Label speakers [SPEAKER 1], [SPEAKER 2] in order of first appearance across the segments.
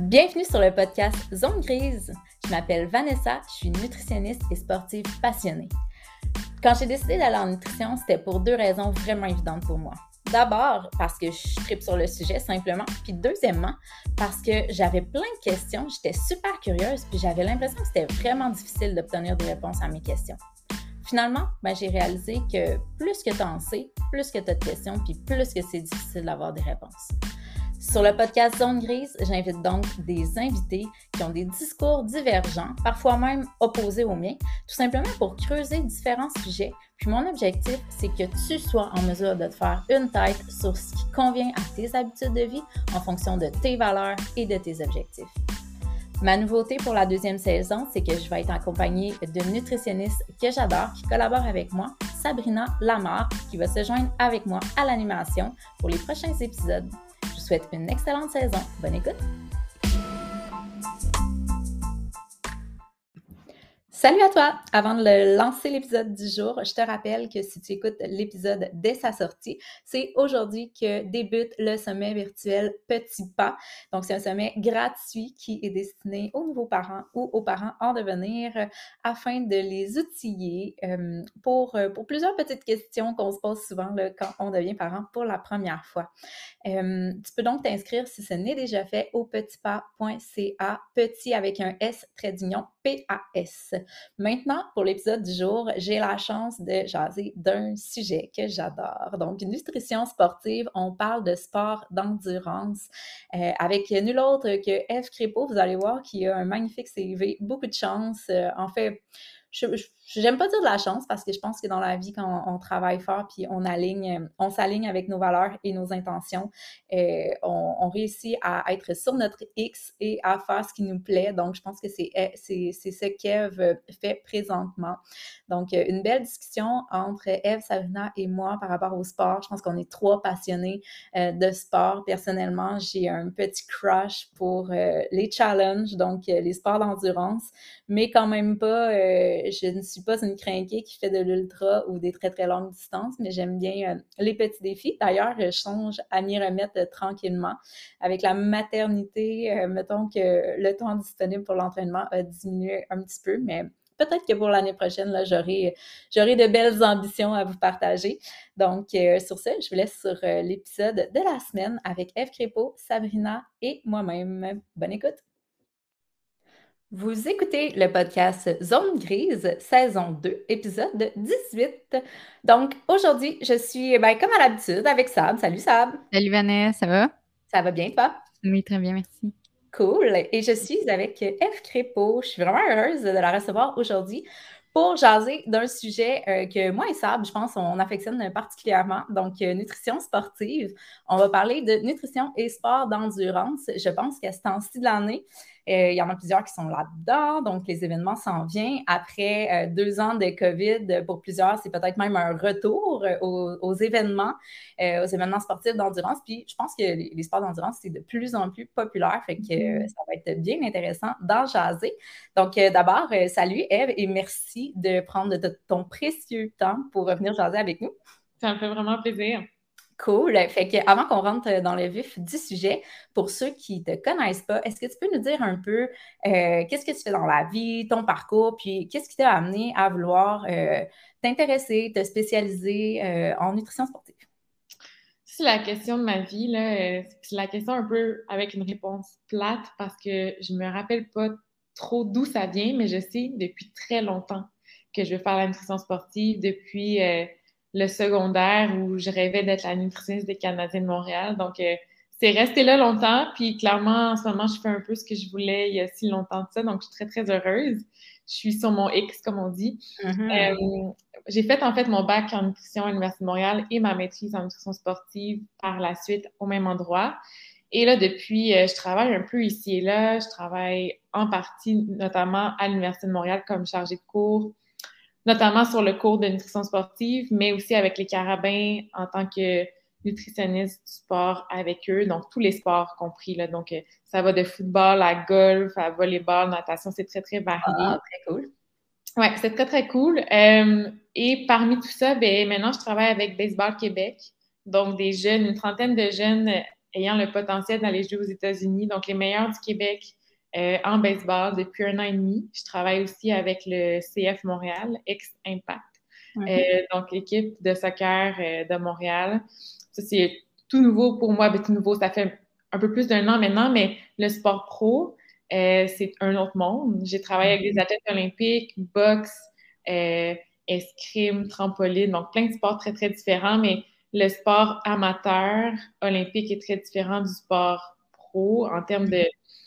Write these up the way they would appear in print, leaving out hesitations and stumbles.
[SPEAKER 1] Bienvenue sur le podcast Zone Grise. Je m'appelle Vanessa, je suis nutritionniste et sportive passionnée. Quand j'ai décidé d'aller en nutrition, c'était pour deux raisons vraiment évidentes pour moi. D'abord, parce que je tripe sur le sujet simplement, puis deuxièmement, parce que j'avais plein de questions, j'étais super curieuse, puis j'avais l'impression que c'était vraiment difficile d'obtenir des réponses à mes questions. Finalement, j'ai réalisé que plus que tu en sais, plus que tu as de questions, puis plus que c'est difficile d'avoir des réponses. Sur le podcast Zone Grise, j'invite donc des invités qui ont des discours divergents, parfois même opposés aux miens, tout simplement pour creuser différents sujets. Puis mon objectif, c'est que tu sois en mesure de te faire une tête sur ce qui convient à tes habitudes de vie en fonction de tes valeurs et de tes objectifs. Ma nouveauté pour la deuxième saison, c'est que je vais être accompagnée d'une nutritionniste que j'adore, qui collabore avec moi, Sabrina Lamar, qui va se joindre avec moi à l'animation pour les prochains épisodes. Je vous souhaite une excellente saison. Bonne écoute! Salut à toi! Avant de lancer l'épisode du jour, je te rappelle que si tu écoutes l'épisode dès sa sortie, c'est aujourd'hui que débute le sommet virtuel Petit Pas. Donc, c'est un sommet gratuit qui est destiné aux nouveaux parents ou aux parents en devenir afin de les outiller pour plusieurs petites questions qu'on se pose souvent là, quand on devient parent pour la première fois. Tu peux donc t'inscrire si ce n'est déjà fait au petitpas.ca, petit avec un S, trait d'union, PAS. Maintenant, pour l'épisode du jour, j'ai la chance de jaser d'un sujet que j'adore. Donc, nutrition sportive, on parle de sport d'endurance avec nul autre que Eve Crépeau. Vous allez voir qu'il a un magnifique CV, beaucoup de chance. En fait, j'aime pas dire de la chance parce que je pense que dans la vie, quand on travaille fort puis on s'aligne avec nos valeurs et nos intentions, on réussit à être sur notre X et à faire ce qui nous plaît. Donc, je pense que c'est ce qu'Eve fait présentement. Donc, une belle discussion entre Eve, Sabrina et moi par rapport au sport. Je pense qu'on est trois passionnés de sport. Personnellement, j'ai un petit crush pour les challenges, donc les sports d'endurance, mais quand même pas, je ne suis pas une crinquée qui fait de l'ultra ou des très très longues distances, mais j'aime bien les petits défis. D'ailleurs, je songe à m'y remettre tranquillement. Avec la maternité, mettons que le temps disponible pour l'entraînement a diminué un petit peu, mais peut-être que pour l'année prochaine, là, j'aurai de belles ambitions à vous partager. Donc, sur ce, je vous laisse sur l'épisode de la semaine avec Eve Crépeau, Sabrina et moi-même. Bonne écoute! Vous écoutez le podcast Zone Grise, saison 2, épisode 18. Donc, aujourd'hui, je suis, comme à l'habitude, avec Sab. Salut Sab!
[SPEAKER 2] Salut Vanessa, ça va?
[SPEAKER 1] Ça va bien, toi?
[SPEAKER 2] Oui, très bien, merci.
[SPEAKER 1] Cool. Et je suis avec Eve Crépeau. Je suis vraiment heureuse de la recevoir aujourd'hui pour jaser d'un sujet que moi et Sab, je pense, on affectionne particulièrement. Donc, nutrition sportive. On va parler de nutrition et sport d'endurance. Je pense qu'à ce temps-ci de l'année, il y en a plusieurs qui sont là-dedans. Donc, les événements s'en viennent. Après 2 ans de COVID, pour plusieurs, c'est peut-être même un retour aux événements sportifs d'endurance. Puis, je pense que les sports d'endurance, c'est de plus en plus populaire. Fait que ça va être bien intéressant d'en jaser. Donc, d'abord, salut Eve et merci de prendre ton précieux temps pour revenir jaser avec nous.
[SPEAKER 3] Ça me fait vraiment plaisir.
[SPEAKER 1] Cool. Fait que avant qu'on rentre dans le vif du sujet, pour ceux qui ne te connaissent pas, est-ce que tu peux nous dire un peu qu'est-ce que tu fais dans la vie, ton parcours, puis qu'est-ce qui t'a amené à vouloir t'intéresser, te spécialiser en nutrition sportive?
[SPEAKER 3] C'est la question de ma vie, là. C'est la question un peu avec une réponse plate parce que je me rappelle pas trop d'où ça vient, mais je sais depuis très longtemps que je veux faire la nutrition sportive depuis le secondaire où je rêvais d'être la nutritionniste des Canadiens de Montréal. Donc, c'est resté là longtemps. Puis, clairement, en ce moment, je fais un peu ce que je voulais il y a si longtemps de ça. Donc, je suis très, très heureuse. Je suis sur mon X, comme on dit. J'ai fait en fait mon bac en nutrition à l'Université de Montréal et ma maîtrise en nutrition sportive par la suite au même endroit. Et là, depuis, je travaille un peu ici et là. Je travaille en partie, notamment à l'Université de Montréal comme chargée de cours, notamment sur le cours de nutrition sportive, mais aussi avec les Carabins en tant que nutritionniste du sport avec eux, donc tous les sports compris. Là. Donc, ça va de football à golf, à volleyball, natation, c'est très, très varié.
[SPEAKER 1] Ah, très cool.
[SPEAKER 3] Oui, c'est très, très cool. Et parmi tout ça, maintenant, je travaille avec Baseball Québec. Donc, des jeunes, une trentaine de jeunes ayant le potentiel d'aller jouer aux États-Unis. Donc, les meilleurs du Québec en baseball depuis 1 an et demi. Je travaille aussi avec le CF Montréal, ex-Impact. Donc, l'équipe de soccer de Montréal. Ça, c'est tout nouveau pour moi. Ben, tout nouveau, ça fait un peu plus d'1 an maintenant, mais le sport pro, c'est un autre monde. J'ai travaillé avec des athlètes olympiques, boxe, escrime, trampoline, donc plein de sports très, très différents, mais le sport amateur olympique est très différent du sport pro en termes de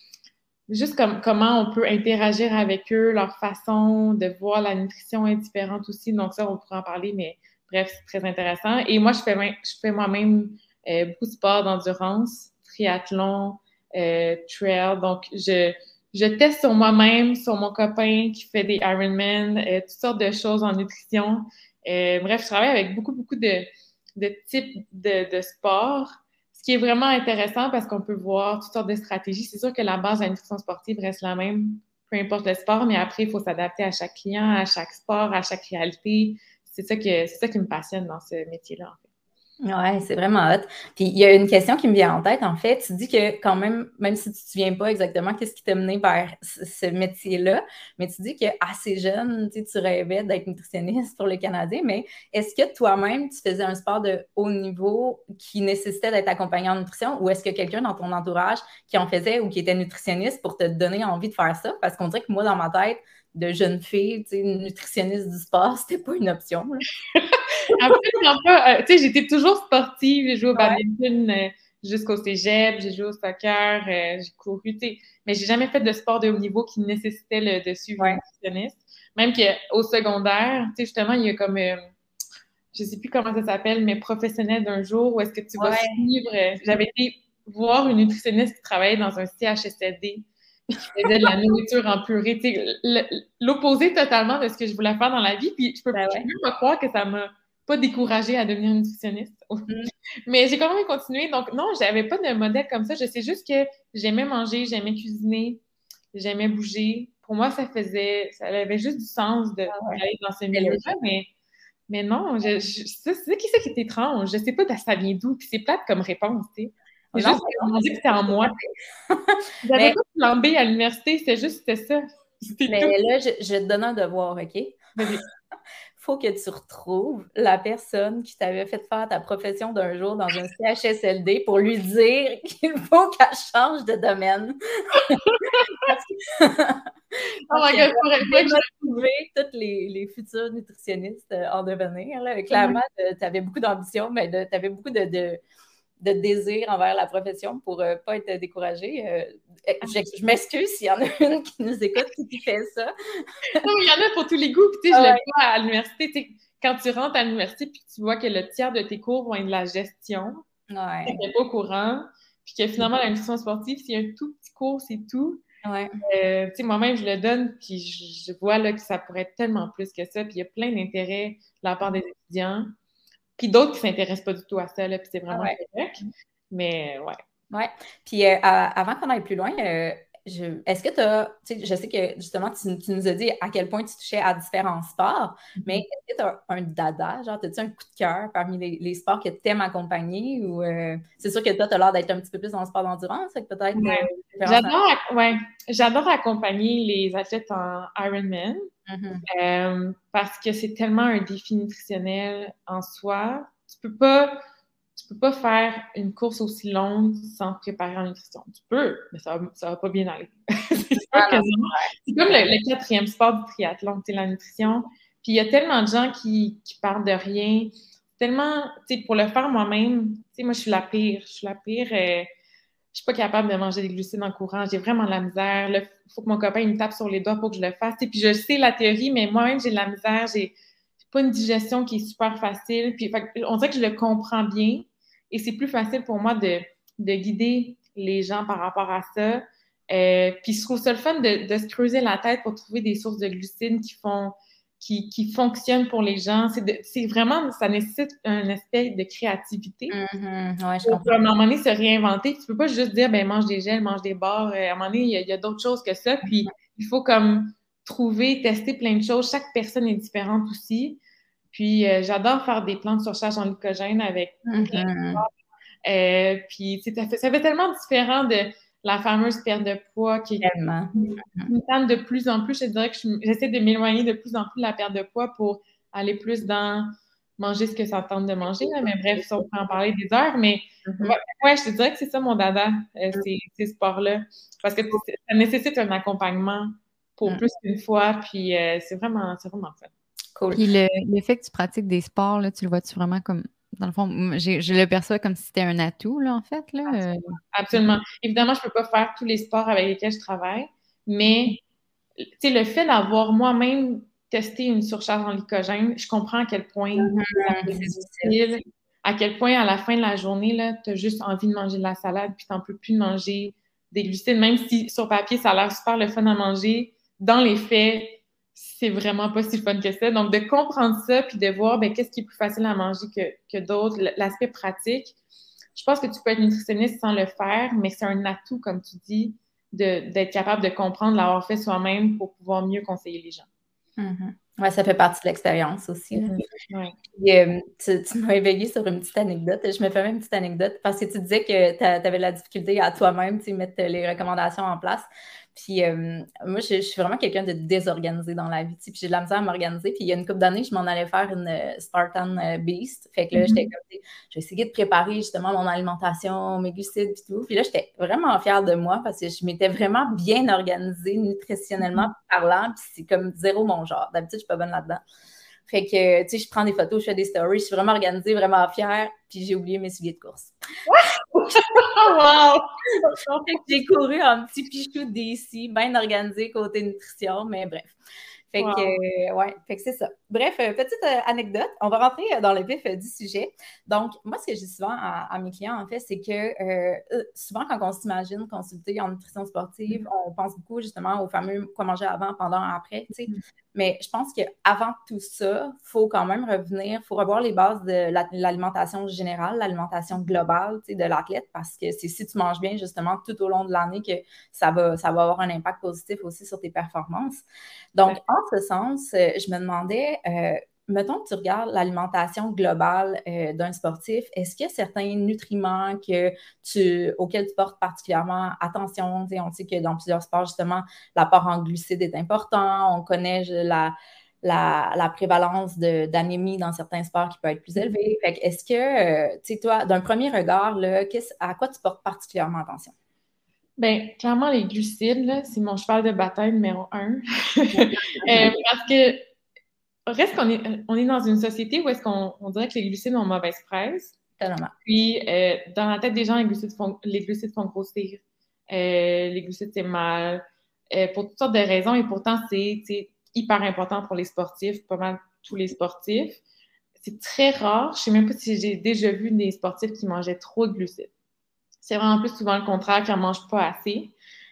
[SPEAKER 3] juste comment on peut interagir avec eux, leur façon de voir la nutrition est différente aussi. Donc ça, on pourra en parler, mais bref, c'est très intéressant. Et moi, je fais moi-même beaucoup de sports d'endurance, triathlon, trail. Donc, je teste sur moi-même, sur mon copain qui fait des Ironman, toutes sortes de choses en nutrition. Bref, je travaille avec beaucoup, beaucoup de types de sports. Ce qui est vraiment intéressant parce qu'on peut voir toutes sortes de stratégies. C'est sûr que la base de la nutrition sportive reste la même, peu importe le sport, mais après, il faut s'adapter à chaque client, à chaque sport, à chaque réalité. C'est ça qui me passionne dans ce métier-là, en fait.
[SPEAKER 1] Ouais, c'est vraiment hot. Puis il y a une question qui me vient en tête, en fait. Tu dis que quand même si tu ne te souviens pas exactement qu'est-ce qui t'a mené vers ce métier-là, mais tu dis qu'assez jeune, tu rêvais d'être nutritionniste pour le Canadien, mais est-ce que toi-même, tu faisais un sport de haut niveau qui nécessitait d'être accompagné en nutrition ou est-ce que quelqu'un dans ton entourage qui en faisait ou qui était nutritionniste pour te donner envie de faire ça? Parce qu'on dirait que moi, dans ma tête, de jeune fille, nutritionniste du sport, c'était pas une option, là.
[SPEAKER 3] Absolument pas. Tu sais, j'étais toujours sportive. J'ai joué au badminton jusqu'au cégep. J'ai joué au soccer. J'ai couru, tu sais. Mais j'ai jamais fait de sport de haut niveau qui nécessitait de suivre un nutritionniste. Même qu'au secondaire, tu sais, justement, il y a comme, je sais plus comment ça s'appelle, mais professionnel d'un jour où est-ce que tu vas suivre. J'avais été voir une nutritionniste qui travaillait dans un CHSLD puis qui faisait de la nourriture en purée. Tu sais, l'opposé totalement de ce que je voulais faire dans la vie. Puis je peux même pas croire que ça m'a pas découragée à devenir nutritionniste. Mais j'ai quand même continué. Donc, non, j'avais pas de modèle comme ça. Je sais juste que j'aimais manger, j'aimais cuisiner, j'aimais bouger. Pour moi, ça avait juste du sens d'aller dans ce milieu-là. Mais non, c'est ça qui est étrange. Je sais pas ça vient d'où. Puis c'est plate comme réponse, tu sais. C'est juste que je me dis que c'était en moi. J'avais pas de plan B à l'université, c'était ça.
[SPEAKER 1] Mais là, je te donne un devoir, OK? Faut que tu retrouves la personne qui t'avait fait faire ta profession d'un jour dans un CHSLD pour lui dire qu'il faut qu'elle change de domaine.
[SPEAKER 3] Oh my God,
[SPEAKER 1] pour trouver toutes les futurs nutritionnistes en devenir. Là. Clairement, tu avais beaucoup d'ambition, mais tu avais beaucoup de désir envers la profession pour ne pas être découragée. Je m'excuse s'il y en a une qui nous écoute qui fait ça.
[SPEAKER 3] Non, il y en a pour tous les goûts. Puis, tu sais, je l'ai pas à l'université. Quand tu rentres à l'université puis tu vois que le tiers de tes cours vont être de la gestion, tu n'es pas au courant, puis que finalement, la nutrition sportive, c'est un tout petit cours, c'est tout. Tu sais, moi-même, je le donne, puis je vois là, que ça pourrait être tellement plus que ça. Puis il y a plein d'intérêts de la part des étudiants. Puis d'autres qui ne s'intéressent pas du tout à ça, là, puis c'est vraiment correct. Mais
[SPEAKER 1] ouais. Puis avant qu'on aille plus loin, est-ce que tu as, je sais que justement, tu nous as dit à quel point tu touchais à différents sports, mais est-ce que tu as un dada, genre, as-tu un coup de cœur parmi les sports que tu aimes accompagner ou c'est sûr que toi, tu as l'air d'être un petit peu plus dans le sport d'endurance, peut-être.
[SPEAKER 3] J'adore accompagner les athlètes en Ironman parce que c'est tellement un défi nutritionnel en soi. Tu peux pas faire une course aussi longue sans te préparer en nutrition. Tu peux, mais ça va pas bien aller. C'est comme le quatrième sport du triathlon, la nutrition. Puis il y a tellement de gens qui parlent de rien. Tellement, pour le faire moi-même, moi, je suis la pire. Je suis pas capable de manger des glucides en courant. J'ai vraiment de la misère. Il faut que mon copain me tape sur les doigts pour que je le fasse. Puis je sais la théorie, mais moi-même, j'ai de la misère. J'ai pas une digestion qui est super facile. Puis on dirait que je le comprends bien. Et c'est plus facile pour moi de guider les gens par rapport à ça. Puis je trouve ça le fun de se creuser la tête pour trouver des sources de glucides qui fonctionnent pour les gens. C'est vraiment, ça nécessite un aspect de créativité.
[SPEAKER 1] Je comprends.
[SPEAKER 3] À un moment donné, se réinventer. Tu peux pas juste dire, mange des gels, mange des barres. À un moment donné, il y a d'autres choses que ça. Puis il faut comme trouver, tester plein de choses. Chaque personne est différente aussi. Puis, j'adore faire des plans de surcharge en glycogène avec Puis ça fait tellement différent de la fameuse perte de poids qui
[SPEAKER 1] Tellement.
[SPEAKER 3] me tente de plus en plus. Je dirais que j'essaie de m'éloigner de plus en plus de la perte de poids pour aller plus dans manger ce que ça tente de manger. Là. Mais bref, ça, on peut en parler des heures. Mais ouais, je te dirais que c'est ça mon dada, ces sports-là. Parce que ça nécessite un accompagnement pour plus qu'une fois. Puis c'est vraiment fun.
[SPEAKER 2] Cool. Puis le fait que tu pratiques des sports, là, tu le vois-tu vraiment comme, dans le fond, je le perçois comme si c'était un atout, là, en fait. Là.
[SPEAKER 3] Absolument. Évidemment, je peux pas faire tous les sports avec lesquels je travaille, mais tu sais, le fait d'avoir moi-même testé une surcharge en glycogène, je comprends à quel point c'est difficile, à quel point à la fin de la journée, tu as juste envie de manger de la salade, puis tu n'en peux plus de manger des glucides, même si sur papier, ça a l'air super le fun à manger. Dans les faits, c'est vraiment pas si fun que ça. Donc, de comprendre ça, puis de voir qu'est-ce qui est plus facile à manger que d'autres, l'aspect pratique, je pense que tu peux être nutritionniste sans le faire, mais c'est un atout, comme tu dis, d'être capable de comprendre, l'avoir fait soi-même pour pouvoir mieux conseiller les gens.
[SPEAKER 1] Oui, ça fait partie de l'expérience aussi.
[SPEAKER 3] Ouais.
[SPEAKER 1] Tu m'as éveillée sur une petite anecdote. Je me fais même une petite anecdote parce que tu disais que tu avais de la difficulté à toi-même, mettre les recommandations en place. Puis moi, je suis vraiment quelqu'un de désorganisé dans la vie. Puis j'ai de la misère à m'organiser. Puis il y a une couple d'années, je m'en allais faire une Spartan Beast. Fait que là, j'étais comme, j'ai essayé de préparer justement mon alimentation, mes glucides et tout. Puis là, j'étais vraiment fière de moi parce que je m'étais vraiment bien organisée nutritionnellement parlant. Puis c'est comme zéro mon genre. D'habitude, je suis pas bonne là-dedans. Fait que, tu sais, je prends des photos, je fais des stories, je suis vraiment organisée, vraiment fière, puis j'ai oublié mes souliers de course.
[SPEAKER 3] Wow!
[SPEAKER 1] Fait que j'ai couru en petit pichou d'ici, bien organisé côté nutrition, mais bref. Fait que, ouais, fait que c'est ça. Bref, petite anecdote. On va rentrer dans le vif du sujet. Donc, moi, ce que je dis souvent à mes clients, en fait, c'est que souvent, quand on s'imagine consulter en nutrition sportive, on pense beaucoup justement au fameux quoi manger avant, pendant, après, tu sais. Mais je pense qu'avant tout ça, il faut quand même revenir, il faut revoir les bases de l'alimentation générale, l'alimentation globale, tu sais, de l'athlète, parce que c'est si tu manges bien, justement, tout au long de l'année que ça va avoir un impact positif aussi sur tes performances. Donc, en ce sens, je me demandais, mettons que tu regardes l'alimentation globale d'un sportif, est-ce qu'il y a certains nutriments auxquels tu portes particulièrement attention? On sait que dans plusieurs sports, justement, l'apport en glucides est important. On connaît la prévalence d'anémie dans certains sports qui peut être plus élevée. Fait que est-ce que, tu sais, toi, d'un premier regard, là, à quoi tu portes particulièrement attention?
[SPEAKER 3] Bien, clairement, les glucides, là, c'est mon cheval de bataille numéro 1. Parce que reste qu'on est dans une société où est-ce qu'on dirait que les glucides ont mauvaise presse.
[SPEAKER 1] Totalement.
[SPEAKER 3] Puis, dans la tête des gens, les glucides font grossir. Les glucides, c'est mal. Pour toutes sortes de raisons. Et pourtant, c'est hyper important pour les sportifs, pas mal tous les sportifs. C'est très rare. Je ne sais même pas si j'ai déjà vu des sportifs qui mangeaient trop de glucides. C'est vraiment plus souvent le contraire, qui n'en mangent pas assez.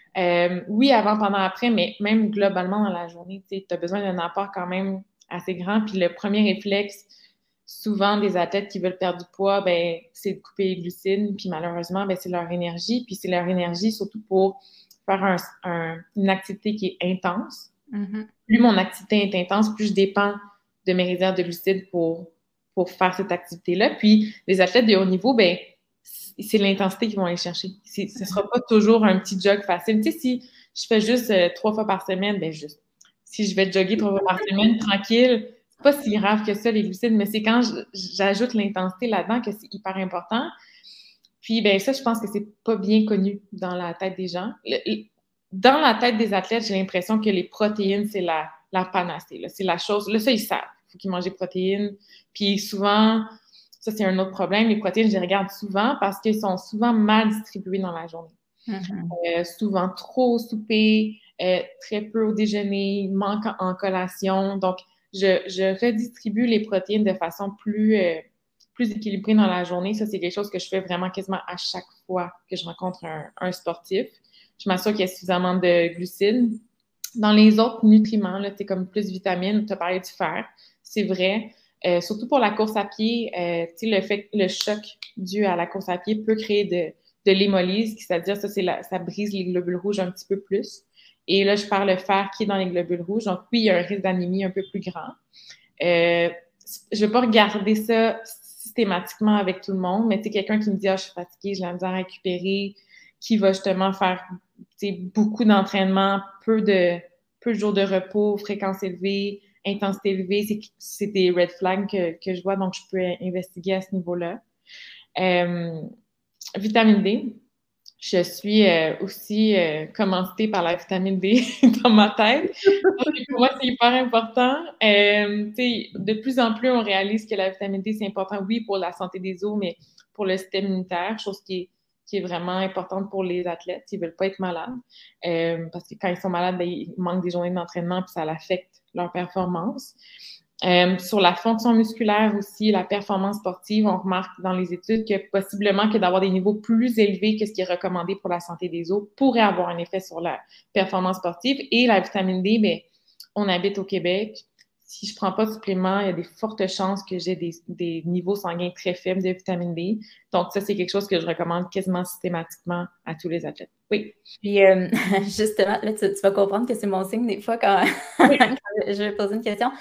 [SPEAKER 3] Oui, avant, pendant, après, mais même globalement dans la journée, tu as besoin d'un apport quand même assez grand. Puis le premier réflexe, souvent des athlètes qui veulent perdre du poids, c'est de couper les glucides. Puis malheureusement, c'est leur énergie. Puis c'est leur énergie surtout pour faire une activité qui est intense. Plus mon activité est intense, plus je dépends de mes réserves de glucides pour faire cette activité-là. Puis les athlètes de haut niveau, c'est l'intensité qu'ils vont aller chercher. Ce ne sera pas toujours un petit jog facile. Tu sais, si je fais juste 3 fois par semaine, si je vais jogger 3 fois par semaine, tranquille, c'est pas si grave que ça, les glucides, mais c'est quand j'ajoute l'intensité là-dedans que c'est hyper important. Puis, ça, je pense que c'est pas bien connu dans la tête des gens. Dans la tête des athlètes, j'ai l'impression que les protéines, c'est la panacée. Là. C'est la chose. Là, ça, ils savent. Il faut qu'ils mangent des protéines. Puis souvent, ça, c'est un autre problème. Les protéines, je les regarde souvent parce qu'elles sont souvent mal distribuées dans la journée. Souvent trop au souper, très peu au déjeuner, manque en collation. Donc, je redistribue les protéines de façon plus équilibrée dans la journée. Ça, c'est quelque chose que je fais vraiment quasiment à chaque fois que je rencontre un sportif. Je m'assure qu'il y a suffisamment de glucides. Dans les autres nutriments, là, comme plus vitamines, tu as parlé du fer, c'est vrai. Surtout pour la course à pied, le choc dû à la course à pied peut créer de l'hémolyse, c'est-à-dire ça brise les globules rouges un petit peu plus. Et là, je parle le fer qui est dans les globules rouges. Donc, oui, il y a un risque d'anémie un peu plus grand. Je ne vais pas regarder ça systématiquement avec tout le monde, mais tu sais, quelqu'un qui me dit « Ah, je suis fatiguée, j'ai la misère à récupérer », qui va justement faire beaucoup d'entraînement, peu de jours de repos, fréquence élevée, intensité élevée, c'est des red flags que je vois, donc je peux investiguer à ce niveau-là. Vitamine D. Je suis aussi commanditée par la vitamine D dans ma tête. Donc, pour moi, c'est hyper important. De plus en plus, on réalise que la vitamine D, c'est important, oui, pour la santé des os, mais pour le système immunitaire, chose qui est vraiment importante pour les athlètes. Ils ne veulent pas être malades. Parce que quand ils sont malades, ben, ils manquent des journées d'entraînement, puis ça affecte leur performance. Sur la fonction musculaire aussi, la performance sportive, on remarque dans les études que possiblement que d'avoir des niveaux plus élevés que ce qui est recommandé pour la santé des os pourrait avoir un effet sur la performance sportive. Et la vitamine D, bien, on habite au Québec. Si je prends pas de supplément, il y a des fortes chances que j'ai des niveaux sanguins très faibles de vitamine D. Donc ça, c'est quelque chose que je recommande quasiment systématiquement à tous les athlètes. Oui.
[SPEAKER 1] Puis, justement, là, tu vas comprendre que c'est mon signe des fois quand,
[SPEAKER 3] Oui.
[SPEAKER 1] quand je vais poser une question.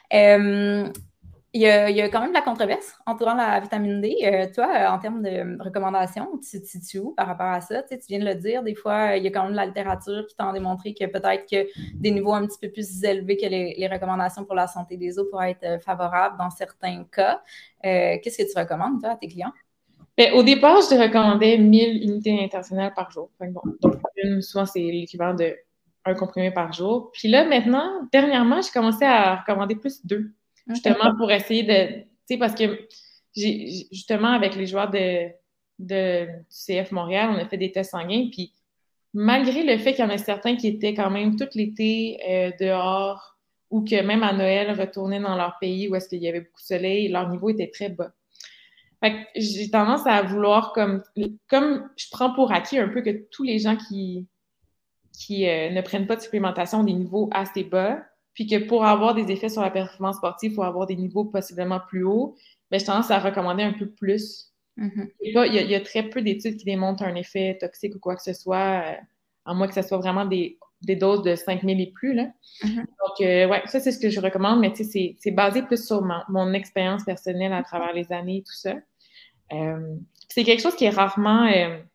[SPEAKER 1] Il y a quand même de la controverse entourant la vitamine D. Toi, en termes de recommandations, tu te situes où par rapport à ça? Tu viens de le dire, des fois, il y a quand même de la littérature qui t'a démontré que peut-être que des niveaux un petit peu plus élevés que les recommandations pour la santé des os pourraient être favorables dans certains cas. Qu'est-ce que tu recommandes, toi, à tes clients?
[SPEAKER 3] Bien, au départ, je te recommandais 1000 unités internationales par jour. Bon, donc, souvent, c'est l'équivalent de un comprimé par jour. Puis là, maintenant, dernièrement, j'ai commencé à recommander plus 2. Justement, pour essayer de... Tu sais, parce que justement, avec les joueurs du CF Montréal, on a fait des tests sanguins. Puis malgré le fait qu'il y en a certains qui étaient quand même tout l'été dehors ou que même à Noël, retournaient dans leur pays où est-ce qu'il y avait beaucoup de soleil, leur niveau était très bas. Fait que j'ai tendance à vouloir comme je prends pour acquis un peu que tous les gens qui ne prennent pas de supplémentation ont des niveaux assez bas, puis que pour avoir des effets sur la performance sportive, il faut avoir des niveaux possiblement plus hauts, mais j'ai tendance à recommander un peu plus. Il y a très peu d'études qui démontrent un effet toxique ou quoi que ce soit, à moins que ce soit vraiment des doses de 5000 et plus, là. Donc, ouais, ça, c'est ce que je recommande, mais tu sais, c'est basé plus sur mon expérience personnelle à travers les années et tout ça. C'est quelque chose qui est rarement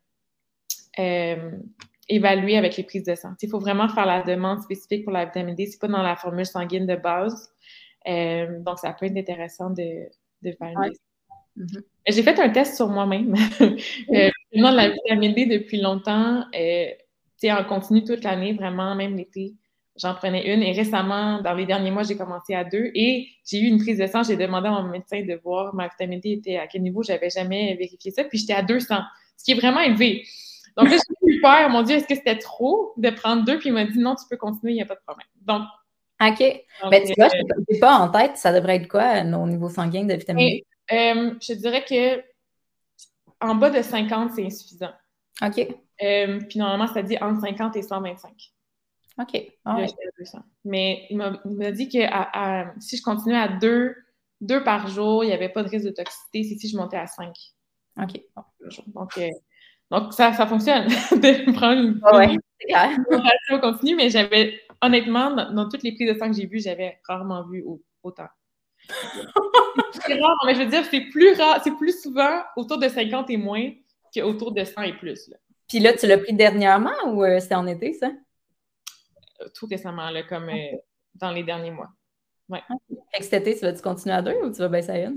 [SPEAKER 3] évalué avec les prises de sang. Il faut vraiment faire la demande spécifique pour la vitamine D. C'est pas dans la formule sanguine de base. Donc, ça peut être intéressant de faire une test. J'ai fait un test sur moi-même. Vraiment de la vitamine D depuis longtemps. En continu toute l'année, vraiment, même l'été. J'en prenais une et récemment, dans les derniers mois, j'ai commencé à 2 et j'ai eu une prise de sang. J'ai demandé à mon médecin de voir ma vitamine D était à quel niveau. J'avais jamais vérifié ça. Puis j'étais à 200, ce qui est vraiment élevé. Donc là, j'ai eu peur. Mon Dieu, est-ce que c'était trop de prendre 2? Puis il m'a dit non, tu peux continuer, il n'y a pas de problème. Donc,
[SPEAKER 1] OK. Mais tu vois, je n'ai pas en tête, ça devrait être quoi, nos niveaux sanguins de vitamine D?
[SPEAKER 3] Je dirais que en bas de 50, c'est insuffisant.
[SPEAKER 1] OK.
[SPEAKER 3] Puis normalement, ça dit entre 50 et 125.
[SPEAKER 1] OK.
[SPEAKER 3] Là, j'étais à 200. Mais il m'a dit que si je continuais à 2 par jour, il n'y avait pas de risque de toxicité. C'est si je montais à 5.
[SPEAKER 1] OK.
[SPEAKER 3] Donc ça fonctionne de prendre une ration continue, mais j'avais, honnêtement, dans toutes les prises de sang que j'ai vues, j'avais rarement vu autant. C'est rare, mais je veux dire, c'est plus rare, c'est plus souvent autour de 50 et moins qu'autour de 100 et plus. Là.
[SPEAKER 1] Puis là, tu l'as pris dernièrement ou c'était en été, ça?
[SPEAKER 3] Tout récemment, là, comme dans les derniers mois. Ouais.
[SPEAKER 1] Fait que cet été, tu vas-tu continuer à 2 ou tu vas baisser à 1?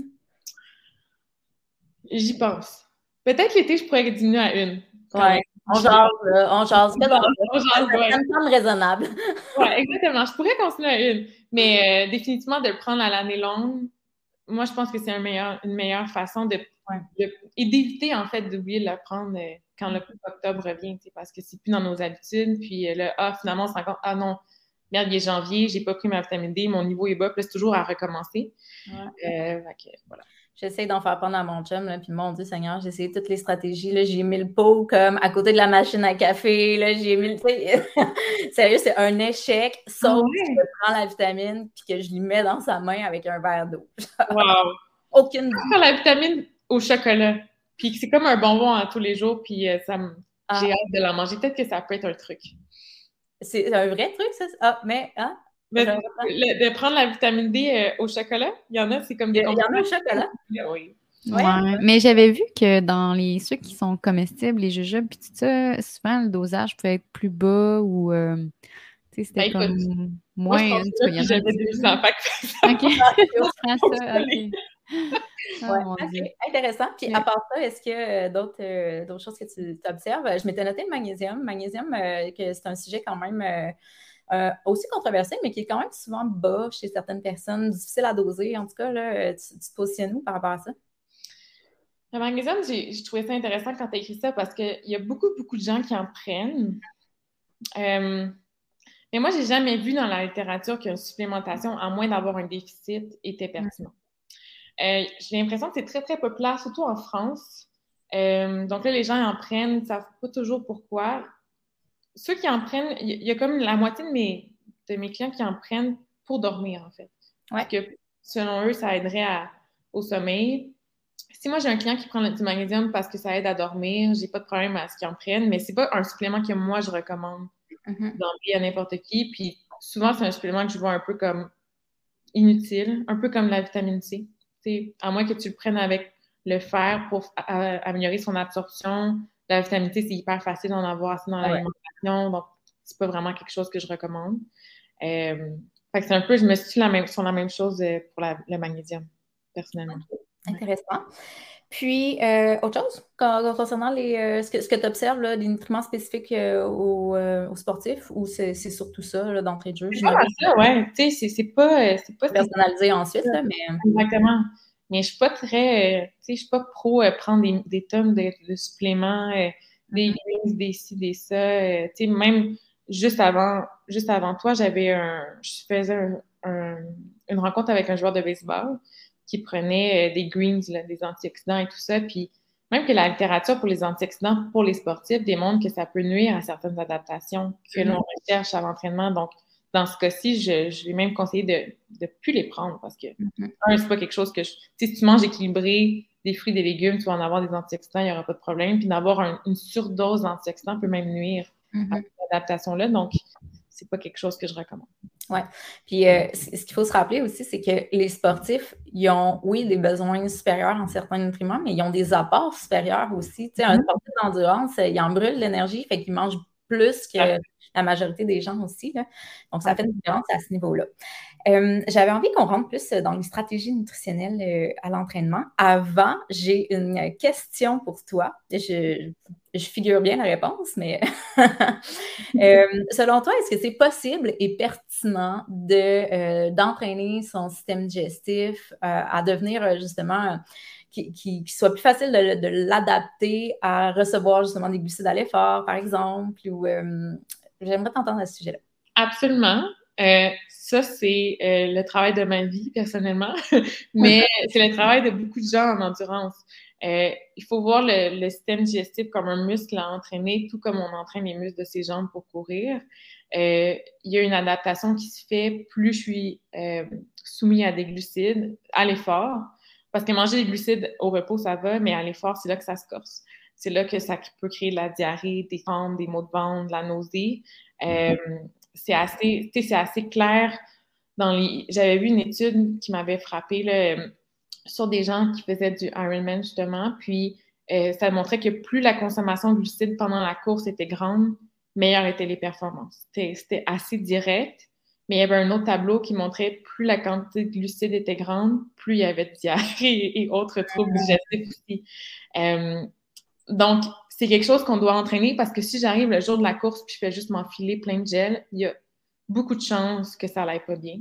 [SPEAKER 3] J'y pense. Peut-être l'été, je pourrais diminuer à 1.
[SPEAKER 1] Ouais. On jase. Ça me semble raisonnable.
[SPEAKER 3] Oui, exactement. Je pourrais continuer à 1. Mais définitivement, de le prendre à l'année longue, moi, je pense que c'est une meilleure façon et d'éviter, en fait, d'oublier de le prendre quand le octobre revient, parce que c'est plus dans nos habitudes. Puis finalement, on se rend compte, non, merde, il est janvier, j'ai pas pris ma vitamine D, mon niveau est bas, puis là, c'est toujours à recommencer. Voilà.
[SPEAKER 1] J'essaie d'en faire prendre à mon chum, là, puis mon Dieu Seigneur, j'ai essayé toutes les stratégies. Là, j'ai mis le pot comme à côté de la machine à café. Là, j'ai mis Sérieux, c'est un échec, sauf que je prends la vitamine puis que je lui mets dans sa main avec un verre d'eau.
[SPEAKER 3] Wow!
[SPEAKER 1] Aucune idée.
[SPEAKER 3] Je prends la vitamine au chocolat. Puis c'est comme un bonbon à tous les jours, puis j'ai hâte de la manger. Peut-être que ça peut être un truc.
[SPEAKER 1] C'est un vrai truc, ça? Ah, mais, hein?
[SPEAKER 3] De prendre la vitamine D au chocolat, il y en a, c'est comme des...
[SPEAKER 1] Il y en a au chocolat?
[SPEAKER 3] Oui.
[SPEAKER 2] Ouais, mais j'avais vu que dans ceux qui sont comestibles, les jujubes, puis tout ça, souvent le dosage peut être plus bas ou tu sais, c'était
[SPEAKER 3] Ben, écoute,
[SPEAKER 2] comme
[SPEAKER 3] moi, je
[SPEAKER 2] moins,
[SPEAKER 3] pense
[SPEAKER 2] en tout
[SPEAKER 3] que
[SPEAKER 2] cas, il y en a un
[SPEAKER 3] j'avais
[SPEAKER 2] petit peu.
[SPEAKER 3] 2 ans, fait que ça
[SPEAKER 2] OK. Tu prends ça,
[SPEAKER 3] fonctionner.
[SPEAKER 2] OK. Ah,
[SPEAKER 1] Ouais,
[SPEAKER 2] mon
[SPEAKER 1] OK,
[SPEAKER 2] Dieu.
[SPEAKER 1] intéressant. Puis à
[SPEAKER 3] Ouais.
[SPEAKER 1] part ça, est-ce qu'il y a d'autres choses que tu observes? Je m'étais noté le magnésium. Magnésium, que c'est un sujet quand même aussi controversé, mais qui est quand même souvent bas chez certaines personnes, difficile à doser. En tout cas, là, tu te positionnes où par rapport à ça?
[SPEAKER 3] Le magnésium, j'ai trouvé ça intéressant quand tu as écrit ça parce qu'il y a beaucoup, beaucoup de gens qui en prennent. Euh, mais moi, j'ai jamais vu dans la littérature qu'une supplémentation, à moins d'avoir un déficit, était pertinente. J'ai l'impression que c'est très, très populaire, surtout en France. Donc là, les gens en prennent, ne savent pas toujours pourquoi. Ceux qui en prennent, il y a comme la moitié de mes clients qui en prennent pour dormir, en fait.
[SPEAKER 1] Ouais.
[SPEAKER 3] Parce que selon eux, ça aiderait au sommeil. Si moi j'ai un client qui prend du magnésium parce que ça aide à dormir, j'ai pas de problème à ce qu'il en prenne, mais c'est pas un supplément que moi je recommande d'emblée à n'importe qui. Puis souvent, c'est un supplément que je vois un peu comme inutile, un peu comme la vitamine C. T'sais, à moins que tu le prennes avec le fer pour améliorer son absorption. La vitamine C, c'est hyper facile d'en avoir assez dans
[SPEAKER 1] Ouais.
[SPEAKER 3] l'alimentation, donc c'est pas vraiment quelque chose que je recommande. Fait que c'est un peu, je me suis sur la même chose pour le magnésium, personnellement.
[SPEAKER 1] Intéressant. Puis, autre chose concernant ce que tu observes, là, des nutriments spécifiques aux sportifs, ou c'est surtout ça là, d'entrée de jeu?
[SPEAKER 3] C'est pas mal
[SPEAKER 1] J'imagine
[SPEAKER 3] ça, ouais. Tu sais, c'est pas
[SPEAKER 1] personnalisé ensuite, là, mais
[SPEAKER 3] exactement. Mais je suis pas très, tu sais, je suis pas pro prendre des tonnes de suppléments, des greens, des ci, des ça. Tu sais, même juste avant toi, je faisais une rencontre avec un joueur de baseball qui prenait des greens, là, des antioxydants et tout ça. Puis même que la littérature pour les antioxydants pour les sportifs démontre que ça peut nuire à certaines adaptations que l'on recherche à l'entraînement. Donc, dans ce cas-ci, je vais même conseiller de plus les prendre parce que, c'est pas quelque chose que tu sais, si tu manges équilibré, des fruits, des légumes, tu vas en avoir des antioxydants, il n'y aura pas de problème. Puis d'avoir une surdose d'antioxydants peut même nuire à cette adaptation-là. Donc, c'est pas quelque chose que je recommande.
[SPEAKER 1] Oui. Puis, ce qu'il faut se rappeler aussi, c'est que les sportifs, ils ont, oui, des besoins supérieurs en certains nutriments, mais ils ont des apports supérieurs aussi. Tu sais, un sportif d'endurance, il en brûle de l'énergie, fait qu'il mange plus que la majorité des gens aussi, là. Donc, ça fait une différence à ce niveau-là. J'avais envie qu'on rentre plus dans les stratégies nutritionnelles à l'entraînement. Avant, j'ai une question pour toi. Je figure bien la réponse, mais selon toi, est-ce que c'est possible et pertinent d'entraîner son système digestif à devenir justement qui soit plus facile de l'adapter à recevoir justement des glucides à l'effort, par exemple, ou j'aimerais t'entendre à ce sujet-là.
[SPEAKER 3] Absolument. Ça, c'est le travail de ma vie, personnellement, mais c'est le travail de beaucoup de gens en endurance. Il faut voir le système digestif comme un muscle à entraîner, tout comme on entraîne les muscles de ses jambes pour courir. Il y a une adaptation qui se fait plus je suis soumis à des glucides, à l'effort, parce que manger des glucides au repos, ça va, mais à l'effort, c'est là que ça se corse. C'est là que ça peut créer de la diarrhée, des fentes, des maux de ventre, de la nausée. C'est assez clair j'avais vu une étude qui m'avait frappée là, sur des gens qui faisaient du Ironman justement, puis ça montrait que plus la consommation de glucides pendant la course était grande, meilleures étaient les performances. C'était assez direct, mais il y avait un autre tableau qui montrait plus la quantité de glucides était grande, plus il y avait de diarrhée et autres troubles digestifs aussi. Donc, c'est quelque chose qu'on doit entraîner parce que si j'arrive le jour de la course puis je fais juste m'enfiler plein de gel, il y a beaucoup de chances que ça n'aille pas bien.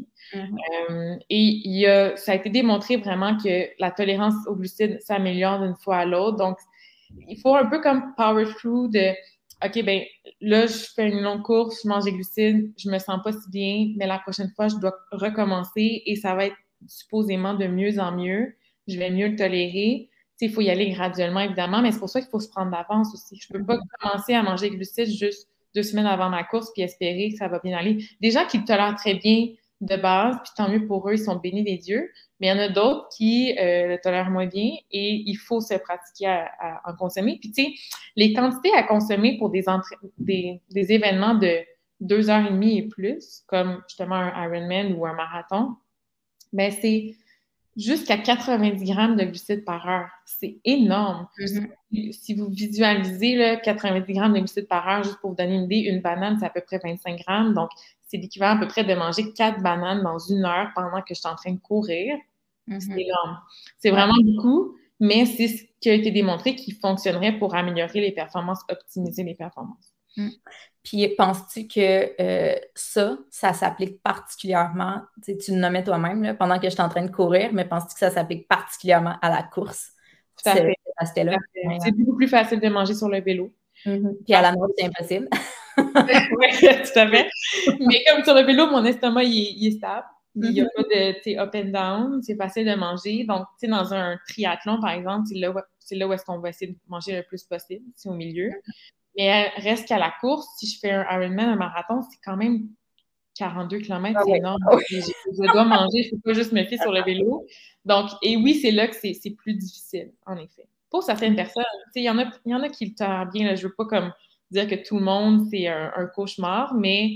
[SPEAKER 3] Et ça a été démontré vraiment que la tolérance aux glucides s'améliore d'une fois à l'autre. Donc, il faut un peu comme power through de OK, ben là, je fais une longue course, je mange des glucides, je me sens pas si bien, mais la prochaine fois, je dois recommencer et ça va être supposément de mieux en mieux. Je vais mieux le tolérer. Il faut y aller graduellement, évidemment, mais c'est pour ça qu'il faut se prendre d'avance aussi. Je peux pas commencer à manger des glucides juste 2 semaines avant ma course puis espérer que ça va bien aller. Des gens qui le tolèrent très bien de base, puis tant mieux pour eux, ils sont bénis des dieux, mais il y en a d'autres qui le tolèrent moins bien et il faut se pratiquer à en consommer. Puis tu sais, les quantités à consommer pour des événements de 2 heures et demie et plus, comme justement un Ironman ou un marathon, ben c'est jusqu'à 90 grammes de glucides par heure. C'est énorme. Si vous visualisez là, 90 grammes de glucides par heure, juste pour vous donner une idée, une banane, c'est à peu près 25 grammes. Donc, c'est l'équivalent à peu près de manger 4 bananes dans 1 heure pendant que je suis en train de courir. C'est énorme. C'est vraiment beaucoup, mais c'est ce qui a été démontré qui fonctionnerait pour améliorer les performances, optimiser les performances.
[SPEAKER 1] Puis, penses-tu que ça s'applique particulièrement, tu le nommais toi-même, là, pendant que je suis en train de courir, mais penses-tu que ça s'applique particulièrement à la course?
[SPEAKER 3] Tout à fait.
[SPEAKER 1] Cet aspect-là?
[SPEAKER 3] C'est beaucoup plus facile de manger sur le vélo.
[SPEAKER 1] Puis à la nôtre, c'est impossible.
[SPEAKER 3] Oui, tout à fait. Mais comme sur le vélo, mon estomac, il est stable. Il n'y a pas de up and down. C'est facile de manger. Donc, tu sais, dans un triathlon, par exemple, c'est là où est-ce qu'on va essayer de manger le plus possible. C'est au milieu. Mais reste qu'à la course, si je fais un Ironman, un marathon, c'est quand même 42 km, c'est énorme. Je dois manger, je ne peux pas juste me fier sur le vélo. Donc, et oui, c'est là que c'est plus difficile, en effet. Pour certaines personnes, il y en a qui le tolèrent bien. Là, je ne veux pas comme dire que tout le monde, c'est un cauchemar, mais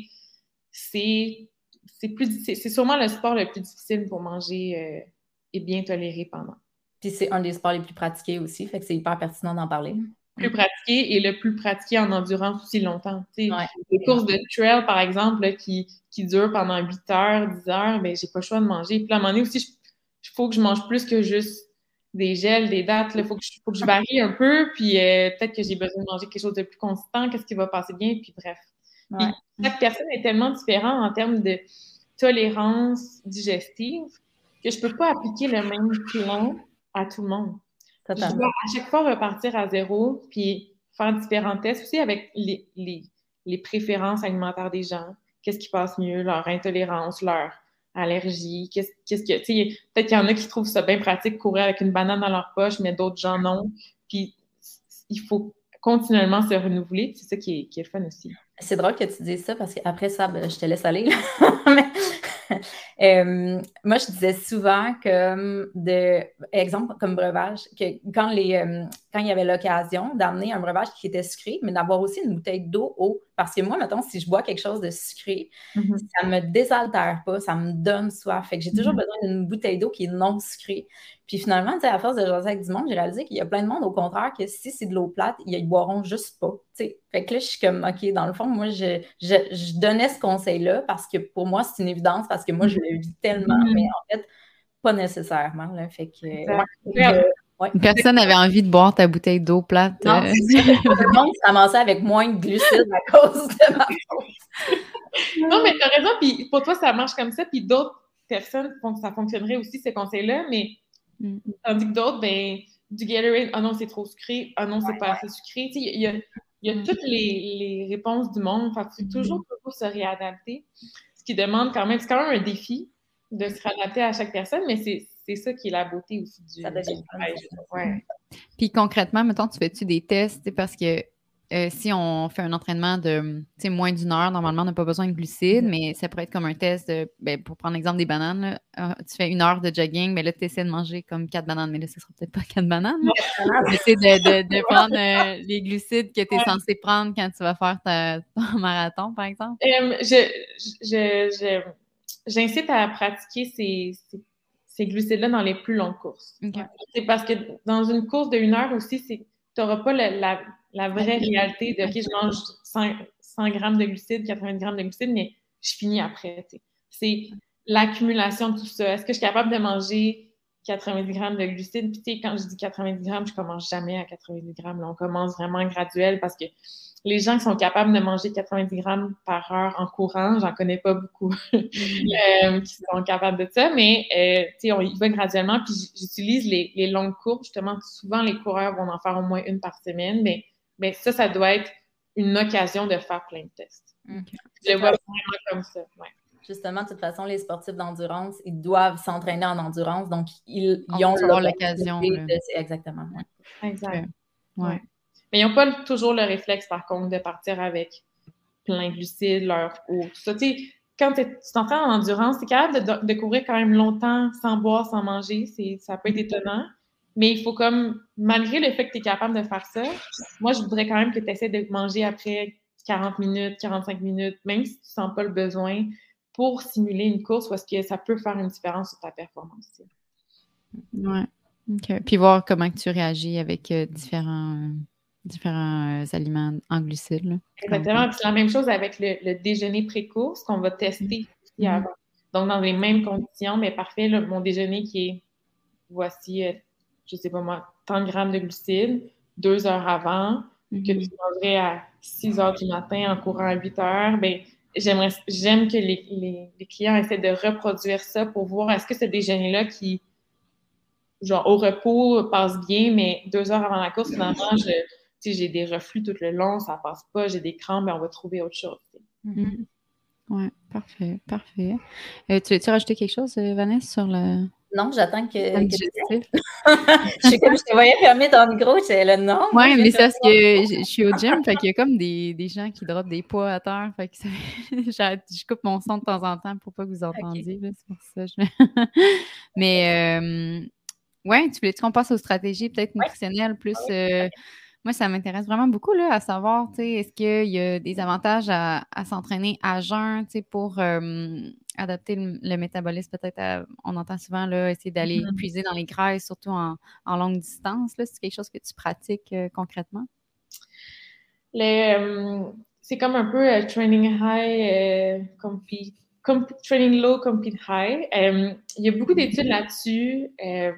[SPEAKER 3] c'est sûrement le sport le plus difficile pour manger et bien tolérer pendant.
[SPEAKER 1] Puis c'est un des sports les plus pratiqués aussi, fait que c'est hyper pertinent d'en parler.
[SPEAKER 3] Plus pratiqué et le plus pratiqué en endurance aussi longtemps. Les courses de trail, par exemple, là, qui durent pendant 8 heures, 10 heures, ben j'ai pas le choix de manger. Puis à un moment donné aussi, il faut que je mange plus que juste des gels, des dattes. Il faut que je varie un peu, puis peut-être que j'ai besoin de manger quelque chose de plus consistant, qu'est-ce qui va passer bien, puis bref. Puis chaque personne est tellement différente en termes de tolérance digestive que je peux pas appliquer le même plan à tout le monde. Je dois à chaque fois repartir à zéro, puis faire différents tests aussi avec les préférences alimentaires des gens. Qu'est-ce qui passe mieux, leur intolérance, leur allergie, qu'est-ce que, tu sais, peut-être qu'il y en a qui trouvent ça bien pratique, courir avec une banane dans leur poche, mais d'autres gens non. Puis il faut continuellement se renouveler, c'est ça qui est fun aussi.
[SPEAKER 1] C'est drôle que tu dises ça parce qu'après ça, ben, je te laisse aller. Moi, je disais souvent que, exemple comme breuvage, que quand il y avait l'occasion d'amener un breuvage qui était sucré, mais d'avoir aussi une bouteille d'eau haut. Parce que moi, mettons, si je bois quelque chose de sucré, ça me désaltère pas, ça me donne soif. Fait que j'ai toujours besoin d'une bouteille d'eau qui est non sucrée. Puis finalement, tu sais, à force de jaser avec du monde, j'ai réalisé qu'il y a plein de monde, au contraire, que si c'est de l'eau plate, ils boiront juste pas. T'sais. Fait que là, je suis comme, OK, dans le fond, moi, je donnais ce conseil-là parce que pour moi, c'est une évidence, parce que moi, je le vis tellement, mais en fait, pas nécessairement. Là. Fait que,
[SPEAKER 2] Personne n'avait envie de boire ta bouteille d'eau plate.
[SPEAKER 1] Non, tout le monde se ramassait avec moins de glucides à cause de ma faute.
[SPEAKER 3] Non, mais t'as raison, puis pour toi, ça marche comme ça, puis d'autres personnes, ça fonctionnerait aussi, ces conseils-là, mais tandis que d'autres, ben, du Gatorade, ah non, c'est trop sucré, ah non, c'est pas assez sucré. Tu sais, il y a toutes les réponses du monde, fait qu'il faut toujours se réadapter, ce qui demande quand même, c'est quand même un défi de se réadapter à chaque personne, mais c'est ça qui est la beauté aussi du travail.
[SPEAKER 2] Puis concrètement, mettons, tu fais-tu des tests, parce que si on fait un entraînement de moins d'1 heure, normalement, on n'a pas besoin de glucides, mais ça pourrait être comme un test pour prendre l'exemple des bananes. Là, tu fais 1 heure de jogging, mais là, tu essaies de manger comme 4 bananes, mais là, ce sera peut-être pas 4 bananes. Tu essaies de prendre les glucides que tu es censé prendre quand tu vas faire ton marathon, par exemple.
[SPEAKER 3] J'incite à pratiquer ces glucides-là dans les plus longues courses.
[SPEAKER 2] Okay.
[SPEAKER 3] C'est parce que dans une course de 1 heure aussi, tu n'auras pas la vraie réalité de « OK, je mange 100 grammes de glucides, 80 grammes de glucides, mais je finis après. » C'est l'accumulation de tout ça. Est-ce que je suis capable de manger 90 grammes de glucides? Puis tu sais, quand je dis 90 grammes, je ne commence jamais à 90 grammes. Là, on commence vraiment graduel parce que les gens qui sont capables de manger 90 grammes par heure en courant, j'en connais pas beaucoup qui sont capables de ça, mais on y va graduellement. Puis j'utilise les longues courbes. Justement, souvent, les coureurs vont en faire au moins une par semaine, mais ça doit être une occasion de faire plein de tests.
[SPEAKER 1] Okay.
[SPEAKER 3] Je le vois vraiment comme ça. Ouais.
[SPEAKER 1] Justement, de toute façon, les sportifs d'endurance, ils doivent s'entraîner en endurance, donc ils ont
[SPEAKER 2] l'occasion.
[SPEAKER 1] Exactement.
[SPEAKER 3] Ouais. Exact. Ouais. Mais ils n'ont pas toujours le réflexe, par contre, de partir avec plein de glucides, leur eau, tout ça. Tu sais, quand tu t'entraînes en endurance, tu es capable de courir quand même longtemps sans boire, sans manger. Ça peut être étonnant. Mais il faut comme, malgré le fait que tu es capable de faire ça, moi, je voudrais quand même que tu essaies de manger après 40 minutes, 45 minutes, même si tu ne sens pas le besoin, pour simuler une course parce que ça peut faire une différence sur ta performance.
[SPEAKER 2] Ouais. OK. Puis voir comment tu réagis avec différents aliments en glucides. Là.
[SPEAKER 3] Exactement. Puis c'est la même chose avec le déjeuner pré-course qu'on va tester aussi avant. Donc, dans les mêmes conditions, mais parfait, là, mon déjeuner qui est, voici, je sais pas moi, 30 grammes de glucides, 2 heures avant, que tu mangerais à 6 heures du matin en courant à 8 heures, ben, j'aime que les clients essaient de reproduire ça pour voir est-ce que ce déjeuner-là qui, genre, au repos, passe bien, mais 2 heures avant la course, finalement, j'ai des reflux tout le long, ça passe pas, j'ai des crampes, mais on va trouver autre chose.
[SPEAKER 2] Oui, parfait, parfait. Tu veux-tu rajouter quelque chose, Vanessa, sur le...
[SPEAKER 1] Non, j'attends que
[SPEAKER 2] digestif?
[SPEAKER 1] Je suis comme je te voyais fermer ton micro, j'étais là, non.
[SPEAKER 2] Oui, mais c'est parce que je suis au gym, fait qu'il y a comme des gens qui droppent des poids à terre, fait que je coupe mon son de temps en temps pour pas que vous entendiez, là, c'est pour ça. Mais, ouais, tu voulais-tu qu'on passe aux stratégies peut-être nutritionnelles plus... Moi, ça m'intéresse vraiment beaucoup là, à savoir, tu sais, est-ce qu'il y a des avantages à s'entraîner à jeun, tu sais, pour adapter le métabolisme peut-être, on entend souvent là, essayer d'aller puiser dans les graisses, surtout en longue distance. Là, c'est quelque chose que tu pratiques concrètement?
[SPEAKER 3] C'est comme un peu training high, training low, compete high. Il y a beaucoup d'études là-dessus.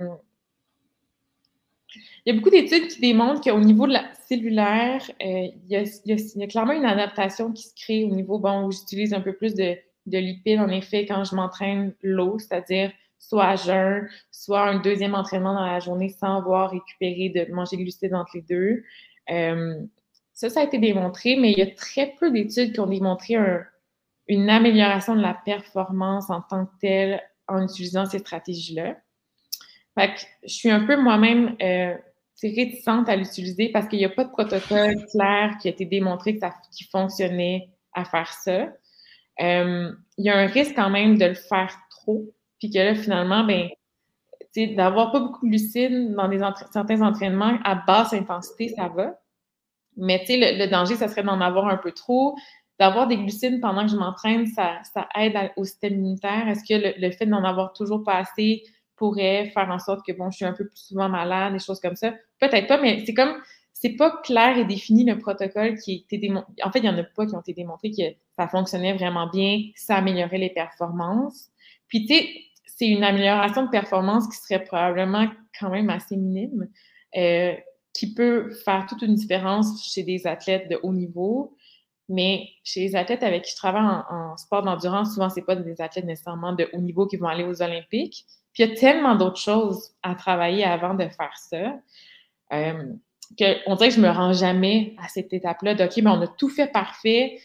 [SPEAKER 3] Il y a beaucoup d'études qui démontrent qu'au niveau de la cellulaire, il y a clairement une adaptation qui se crée au niveau, bon, où j'utilise un peu plus de lipides, en effet, quand je m'entraîne low, c'est-à-dire soit à jeun, soit un deuxième entraînement dans la journée sans avoir récupéré de manger glucides entre les deux. Ça a été démontré, mais il y a très peu d'études qui ont démontré une amélioration de la performance en tant que telle en utilisant ces stratégies-là. Fait que je suis un peu moi-même réticente à l'utiliser parce qu'il n'y a pas de protocole clair qui a été démontré qui fonctionnait à faire ça. Il y a un risque quand même de le faire trop, puis que là, finalement, ben, d'avoir pas beaucoup de glucides dans certains entraînements à basse intensité, ça va. Mais le danger, ça serait d'en avoir un peu trop. D'avoir des glucides pendant que je m'entraîne, ça aide au système immunitaire. Est-ce que le fait d'en avoir toujours pas assez pourrait faire en sorte que, bon, je suis un peu plus souvent malade, des choses comme ça? Peut-être pas, mais c'est pas clair et défini le protocole qui a été démontré. En fait, il y en a pas qui ont été démontrés que ça fonctionnait vraiment bien, ça améliorait les performances. Puis, tu sais, c'est une amélioration de performance qui serait probablement quand même assez minime. Qui peut faire toute une différence chez des athlètes de haut niveau, mais chez les athlètes avec qui je travaille en sport d'endurance, souvent, c'est pas des athlètes nécessairement de haut niveau qui vont aller aux Olympiques. Puis il y a tellement d'autres choses à travailler avant de faire ça, qu'on dirait que je me rends jamais à cette étape-là de « OK, mais on a tout fait parfait,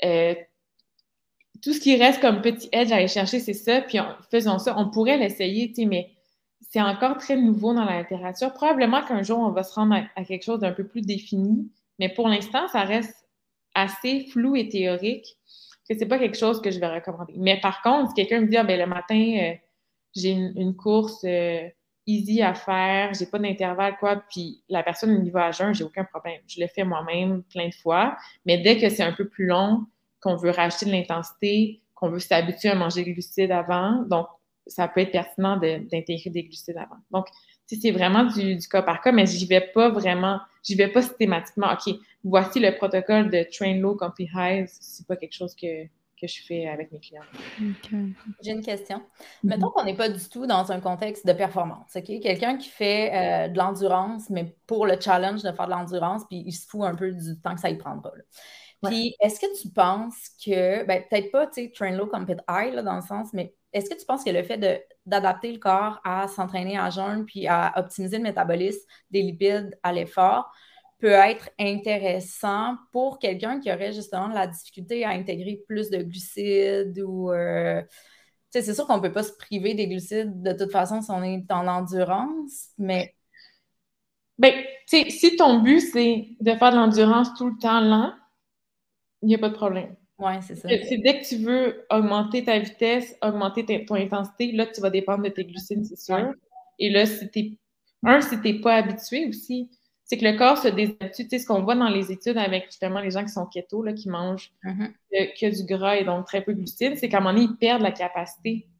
[SPEAKER 3] tout ce qui reste comme petit edge à aller chercher, c'est ça, puis faisons ça. » On pourrait l'essayer, tu sais, mais c'est encore très nouveau dans la littérature. Probablement qu'un jour, on va se rendre à quelque chose d'un peu plus défini, mais pour l'instant, ça reste assez flou et théorique que c'est pas quelque chose que je vais recommander. Mais par contre, si quelqu'un me dit « Ah, ben le matin, j'ai une course easy à faire, j'ai pas d'intervalle, quoi, puis la personne au niveau à jeun, j'ai aucun problème. Je le fais moi-même plein de fois, mais dès que c'est un peu plus long, qu'on veut rajouter de l'intensité, qu'on veut s'habituer à manger des glucides avant, donc ça peut être pertinent d'intégrer des glucides avant. Donc, c'est vraiment du cas par cas, mais j'y vais pas systématiquement. OK, voici le protocole de Train Low, Compete High. C'est pas quelque chose que je fais avec mes clients.
[SPEAKER 2] Okay.
[SPEAKER 1] J'ai une question. Mettons qu'on n'est pas du tout dans un contexte de performance, OK? Quelqu'un qui fait de l'endurance, mais pour le challenge de faire de l'endurance, puis il se fout un peu du temps que ça y prendra. Là. Puis, est-ce que tu penses que, ben, peut-être pas, tu sais, Train Low, Compete High, là, dans le sens, mais est-ce que tu penses que le fait d'adapter le corps à s'entraîner à jeun puis à optimiser le métabolisme des lipides à l'effort peut être intéressant pour quelqu'un qui aurait justement de la difficulté à intégrer plus de glucides ou... c'est sûr qu'on ne peut pas se priver des glucides de toute façon si on est en endurance, mais...
[SPEAKER 3] Ben, tu sais, si ton but, c'est de faire de l'endurance tout le temps lent, il n'y a pas de problème.
[SPEAKER 1] Oui, c'est ça.
[SPEAKER 3] C'est dès que tu veux augmenter ta vitesse, augmenter ton intensité, là, tu vas dépendre de tes glucides, c'est sûr. Ouais. Et là, si tu n'es pas habitué aussi, c'est que le corps se déshabitue. Tu sais, ce qu'on voit dans les études avec justement les gens qui sont keto, là, qui mangent que du gras et donc très peu de glucides, c'est qu'à un moment donné, ils perdent la capacité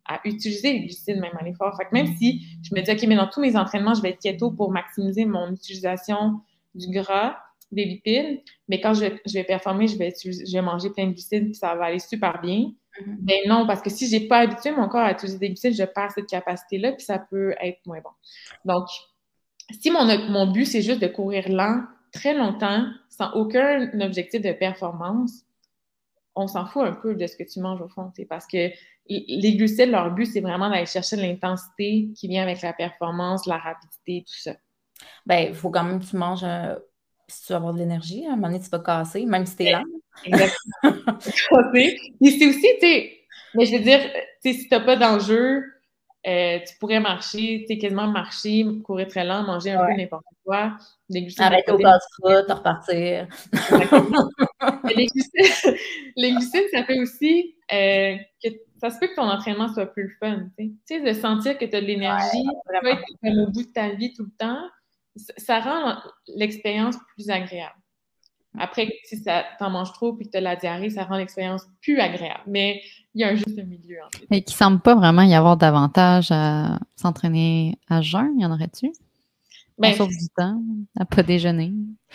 [SPEAKER 3] à utiliser les glucides même à l'effort. Fait que même si je me dis, OK, mais dans tous mes entraînements, je vais être keto pour maximiser mon utilisation du gras, des lipides, mais quand je vais performer, je vais manger plein de glucides, puis ça va aller super bien. Ben non, parce que si j'ai pas habitué mon corps à utiliser des glucides, je perds cette capacité-là, puis ça peut être moins bon. Donc, si mon but, c'est juste de courir lent, très longtemps, sans aucun objectif de performance, on s'en fout un peu de ce que tu manges au fond, parce que les glucides, leur but, c'est vraiment d'aller chercher de l'intensité qui vient avec la performance, la rapidité, tout ça.
[SPEAKER 1] Ben, il faut quand même que tu manges si tu veux avoir de l'énergie. À un moment donné, tu vas casser, même si t'es lent.
[SPEAKER 3] Exactement. Mais c'est aussi, tu sais, mais je veux dire, tu sais, si t'as pas d'enjeu, tu pourrais marcher, tu sais, quasiment marcher, courir très lent, manger un peu n'importe quoi, des glucides de
[SPEAKER 1] arrêter au
[SPEAKER 3] protéines.
[SPEAKER 1] casse-croûte, repartir.
[SPEAKER 3] Mais les glucides, ça fait aussi que ça se peut que ton entraînement soit plus le fun. Tu sais, de sentir que tu as de l'énergie, tu vas être comme au bout de ta vie tout le temps, ça rend l'expérience plus agréable. Après, si t'en manges trop puis que tu as la diarrhée, ça rend l'expérience plus agréable. Mais il y a un juste milieu en fait.
[SPEAKER 2] Mais qui semble pas vraiment y avoir d'avantage à s'entraîner à jeun, y en aurait-tu? On sauve du temps, à pas déjeuner.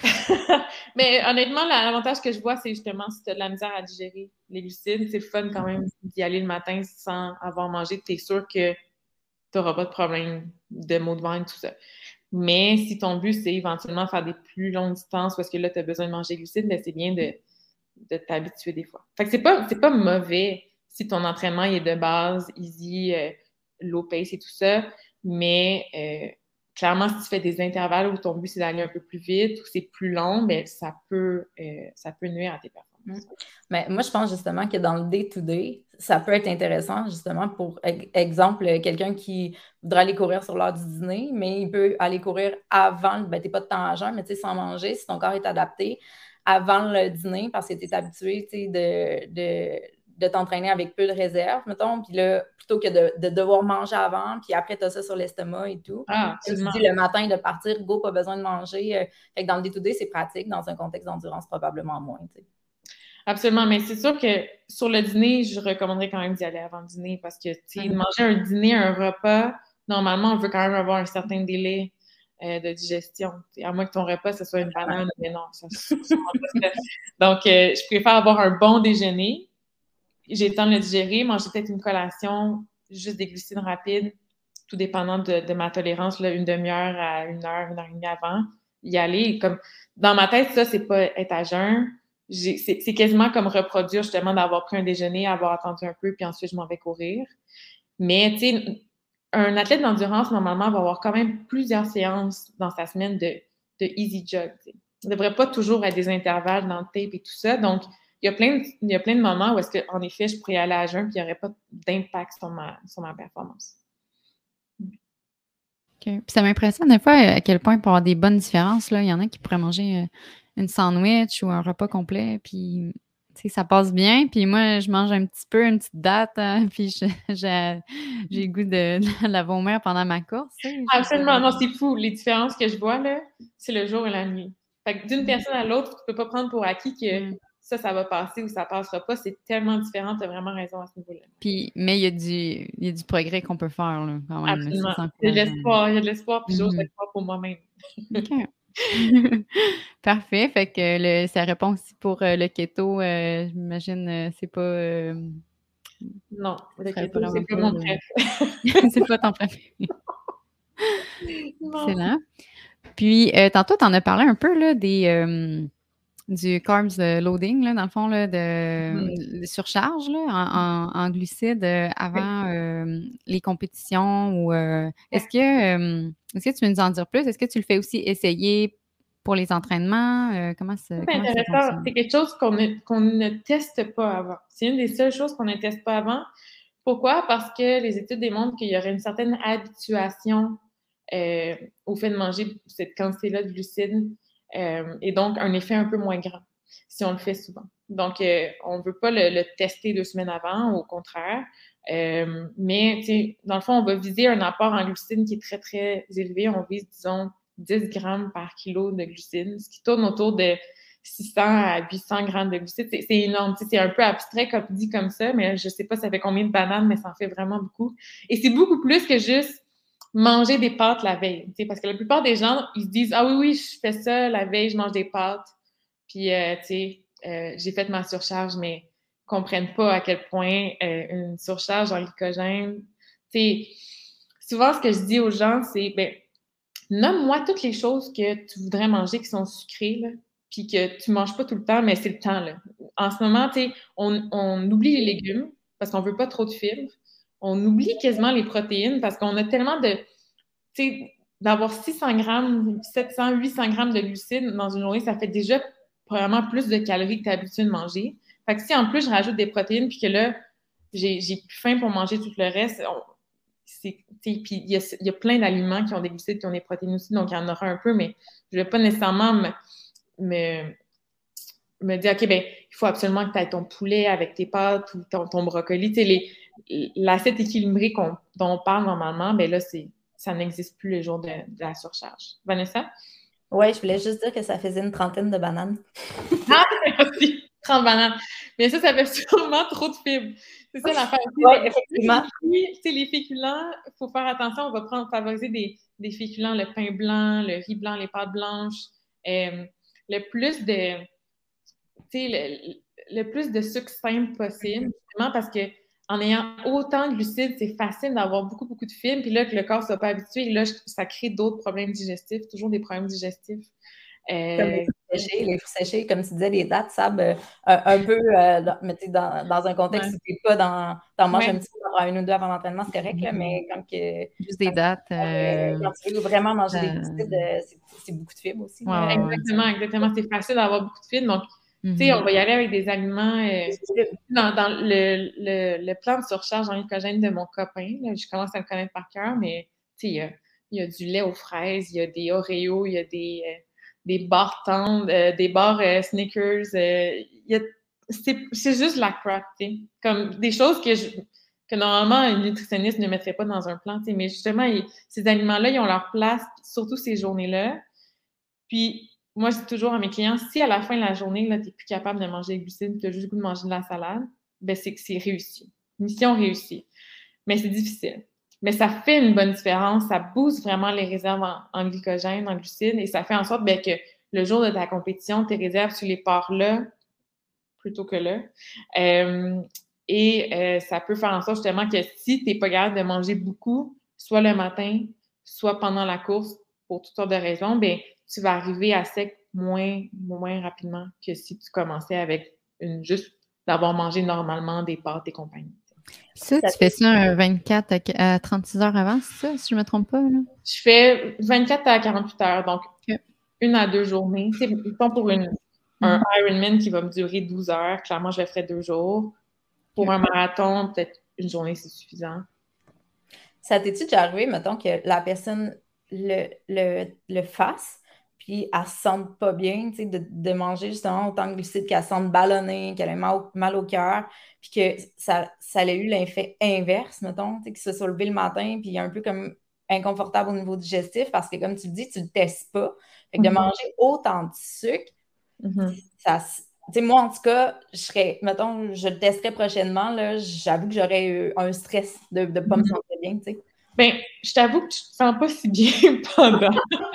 [SPEAKER 3] Mais honnêtement, l'avantage que je vois, c'est justement si tu as de la misère à digérer les glucides, c'est le fun quand même d'y aller le matin sans avoir mangé. Tu es sûr que tu n'auras pas de problème de maux de ventre, tout ça. Mais si ton but, c'est éventuellement faire des plus longues distances parce que là, tu as besoin de manger des glucides, ben, c'est bien de t'habituer des fois. Fait que c'est pas mauvais si ton entraînement est de base, easy, low pace et tout ça, mais clairement, si tu fais des intervalles où ton but, c'est d'aller un peu plus vite ou c'est plus long, ben, ça peut nuire à tes performances.
[SPEAKER 1] Mais moi, je pense justement que dans le day-to-day, ça peut être intéressant justement pour exemple, quelqu'un qui voudrait aller courir sur l'heure du dîner, mais il peut aller courir avant, ben t'es pas de temps à jeun, mais tu sais, sans manger, si ton corps est adapté, avant le dîner, parce que tu es habitué, tu sais, de t'entraîner avec peu de réserve, mettons, puis là, plutôt que de devoir manger avant, puis après, tu as ça sur l'estomac et tout.
[SPEAKER 3] Ah,
[SPEAKER 1] Comme tu dis, le matin, de partir, go, pas besoin de manger. Fait que dans le day-to-day, c'est pratique. Dans un contexte d'endurance, probablement moins, tu sais.
[SPEAKER 3] Absolument, mais c'est sûr que sur le dîner, je recommanderais quand même d'y aller avant le dîner parce que, tu sais, manger un dîner, un repas, normalement, on veut quand même avoir un certain délai de digestion. À moins que ton repas, ce soit une banane, mais non, ça Donc, je préfère avoir un bon déjeuner. J'ai le temps de le digérer, manger peut-être une collation, juste des glucides rapides, tout dépendant de ma tolérance, là, une demi-heure à une heure et demie avant. Y aller, comme dans ma tête, ça, c'est pas être à jeun. C'est quasiment comme reproduire justement d'avoir pris un déjeuner, avoir attendu un peu, puis ensuite je m'en vais courir. Mais tu sais, un athlète d'endurance, normalement, va avoir quand même plusieurs séances dans sa semaine de easy jog. T'sais. Il ne devrait pas toujours être des intervalles dans le tape et tout ça. Donc, il y a plein de moments où est-ce qu'en effet, je pourrais aller à jeun puis il n'y aurait pas d'impact sur ma performance.
[SPEAKER 2] Okay. Puis ça m'impressionne des fois à quel point il peut y avoir des bonnes différences. Là. Il y en a qui pourraient manger une sandwich ou un repas complet, puis ça passe bien. Puis moi, je mange un petit peu, une petite date, hein, puis j'ai le goût de la vomir pendant ma course.
[SPEAKER 3] Absolument. Non, c'est fou. Les différences que je vois, là, c'est le jour et la nuit. Fait que d'une personne à l'autre, tu peux pas prendre pour acquis que ça va passer ou ça passera pas. C'est tellement différent. Tu as vraiment raison à ce niveau-là.
[SPEAKER 2] Puis, mais il y a du progrès qu'on peut faire, là, quand même.
[SPEAKER 3] Absolument.
[SPEAKER 2] Là,
[SPEAKER 3] il y a de l'espoir, puis j'ose l'espoir pour moi-même.
[SPEAKER 2] OK. Parfait. Fait que ça répond aussi pour le keto. J'imagine, c'est pas...
[SPEAKER 3] non, le keto, c'est pas mon préf.
[SPEAKER 2] C'est pas ton préféré. Excellent. Puis, tantôt, tu en as parlé un peu là, du carbs loading, là, dans le fond, là, de surcharge là, en glucides avant les compétitions. Ou est-ce que tu veux nous en dire plus? Est-ce que tu le fais aussi essayer pour les entraînements? Comment ça
[SPEAKER 3] intéressant. C'est quelque chose qu'on ne teste pas avant. C'est une des seules choses qu'on ne teste pas avant. Pourquoi? Parce que les études démontrent qu'il y aurait une certaine habituation au fait de manger cette quantité-là de glucides et donc un effet un peu moins grand si on le fait souvent. Donc, on ne veut pas le tester 2 semaines avant, au contraire. Mais, dans le fond, on va viser un apport en glucides qui est très, très élevé. On vise, disons, 10 grammes par kilo de glucides, ce qui tourne autour de 600 à 800 grammes de glucides. C'est énorme. C'est un peu abstrait dit comme ça, mais je sais pas ça fait combien de bananes, mais ça en fait vraiment beaucoup. Et c'est beaucoup plus que juste manger des pâtes la veille. Parce que la plupart des gens, ils se disent « Ah oui, je fais ça la veille, je mange des pâtes. » Puis, j'ai fait ma surcharge, mais ils comprennent pas à quel point une surcharge en glycogène... Souvent, ce que je dis aux gens, c'est « Nomme-moi toutes les choses que tu voudrais manger qui sont sucrées, là, puis que tu manges pas tout le temps, mais c'est le temps, là. » En ce moment, on oublie les légumes parce qu'on veut pas trop de fibres. On oublie quasiment les protéines parce qu'on a tellement d'avoir 600 grammes, 700, 800 grammes de glucides dans une journée, ça fait déjà probablement plus de calories que tu es habitué de manger. Fait que si en plus je rajoute des protéines puis que là, j'ai plus faim pour manger tout le reste, puis il y a plein d'aliments qui ont des glucides, qui ont des protéines aussi, donc il y en aura un peu, mais je ne vais pas nécessairement me dire, OK, il faut absolument que tu aies ton poulet avec tes pâtes ou ton brocoli. L'assiette équilibrée dont on parle normalement, là, ça n'existe plus les jours de la surcharge. Vanessa?
[SPEAKER 1] Oui, je voulais juste dire que ça faisait une trentaine de bananes.
[SPEAKER 3] Ah, merci! 30 bananes. Mais ça fait sûrement trop de fibres. C'est ça l'affaire.
[SPEAKER 1] Oui, effectivement.
[SPEAKER 3] Les féculents, il faut faire attention. On va favoriser des féculents, le pain blanc, le riz blanc, les pâtes blanches. Le plus de... le plus de sucre simple possible, justement parce que en ayant autant de glucides, c'est facile d'avoir beaucoup, beaucoup de fibres, puis là, que le corps ne soit pas habitué, et là, ça crée d'autres problèmes digestifs, toujours des problèmes digestifs.
[SPEAKER 1] Comme les fruits séchés, comme tu disais, les dattes, ça, un peu, dans un contexte où tu n'es pas t'en manges un petit peu, t'en prends une ou deux avant l'entraînement, c'est correct, là, mais comme que...
[SPEAKER 2] Juste des dattes.
[SPEAKER 1] Quand tu veux vraiment manger des glucides, c'est beaucoup de fibres aussi.
[SPEAKER 3] Exactement. C'est facile d'avoir beaucoup de fibres, donc on va y aller avec des aliments. Dans le plan de surcharge en glycogène de mon copain, là, je commence à le connaître par cœur, mais il y a du lait aux fraises, il y a des Oreos, il y a des barres tendres, des barres Snickers. C'est juste la crap, comme des choses que normalement un nutritionniste ne mettrait pas dans un plan, mais justement, ces aliments-là, ils ont leur place, surtout ces journées-là. Puis, moi, je dis toujours à mes clients, si à la fin de la journée, tu n'es plus capable de manger des glucides, tu as juste le goût de manger de la salade, c'est que c'est réussi. Mission réussie. Mais c'est difficile. Mais ça fait une bonne différence. Ça booste vraiment les réserves en glycogène, en glucides, et ça fait en sorte que le jour de ta compétition, tes réserves, tu les pars là plutôt que là. Ça peut faire en sorte justement que si tu n'es pas capable de manger beaucoup, soit le matin, soit pendant la course, pour toutes sortes de raisons, tu vas arriver à sec moins rapidement que si tu commençais avec juste d'avoir mangé normalement des pâtes et compagnie.
[SPEAKER 2] Ça, tu fais ça 24 à 36 heures avant, c'est ça, si je ne me trompe pas? Là?
[SPEAKER 3] Je fais 24 à 48 heures, donc 1 à 2 journées. C'est pour un Ironman qui va me durer 12 heures. Clairement, je le ferai 2 jours. Pour un marathon, peut-être une journée, c'est suffisant.
[SPEAKER 1] Ça t'est-tu déjà arrivé, mettons, que la personne le fasse, puis elle ne se sente pas bien, tu sais, de manger justement autant de glucides, qu'elle se sente ballonnée, qu'elle ait mal au cœur, puis que ça a eu l'effet inverse, mettons, tu sais, qu'il se soit levé le matin, puis un peu comme inconfortable au niveau digestif, parce que comme tu le dis, tu ne le testes pas. Fait que de manger autant de sucre, ça... Tu sais, moi, en tout cas, je le testerais prochainement, là, j'avoue que j'aurais eu un stress de ne pas me sentir bien, tu sais.
[SPEAKER 3] Je t'avoue que tu te sens pas si bien pendant.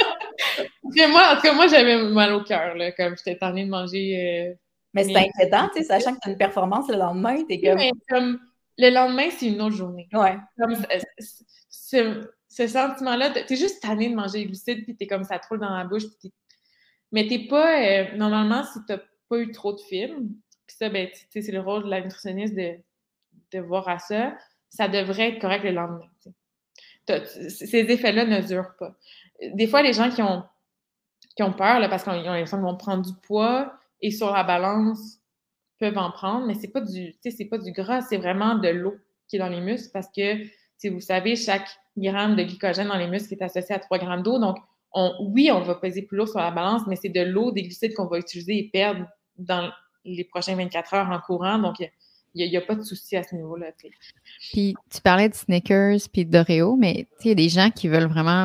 [SPEAKER 3] Moi, j'avais mal au cœur, là, comme j'étais tannée de manger.
[SPEAKER 1] Mais c'est inquiétant, tu sais, sachant que tu as une performance le lendemain, t'es comme...
[SPEAKER 3] Mais comme le lendemain, c'est une autre journée.
[SPEAKER 1] Ouais.
[SPEAKER 3] Comme ce sentiment-là, t'es juste tannée de manger des glucides, puis t'es comme ça te roule dans la bouche, mais t'es pas... normalement, si t'as pas eu trop de fibres, puis ça, c'est le rôle de la nutritionniste de voir à ça, ça devrait être correct le lendemain. Ces effets-là ne durent pas. Des fois, les gens qui ont peur, là, parce qu'ils ont l'impression qu'ils vont prendre du poids et sur la balance peuvent en prendre, mais c'est pas du gras, c'est vraiment de l'eau qui est dans les muscles parce que, vous savez, chaque gramme de glycogène dans les muscles est associé à 3 grammes d'eau. Donc, on va peser plus lourd sur la balance, mais c'est de l'eau, des glucides qu'on va utiliser et perdre dans les prochaines 24 heures en courant. Donc, il n'y a pas de souci à ce niveau-là.
[SPEAKER 2] Puis, tu parlais de Snickers puis d'Oreo, mais il y a des gens qui veulent vraiment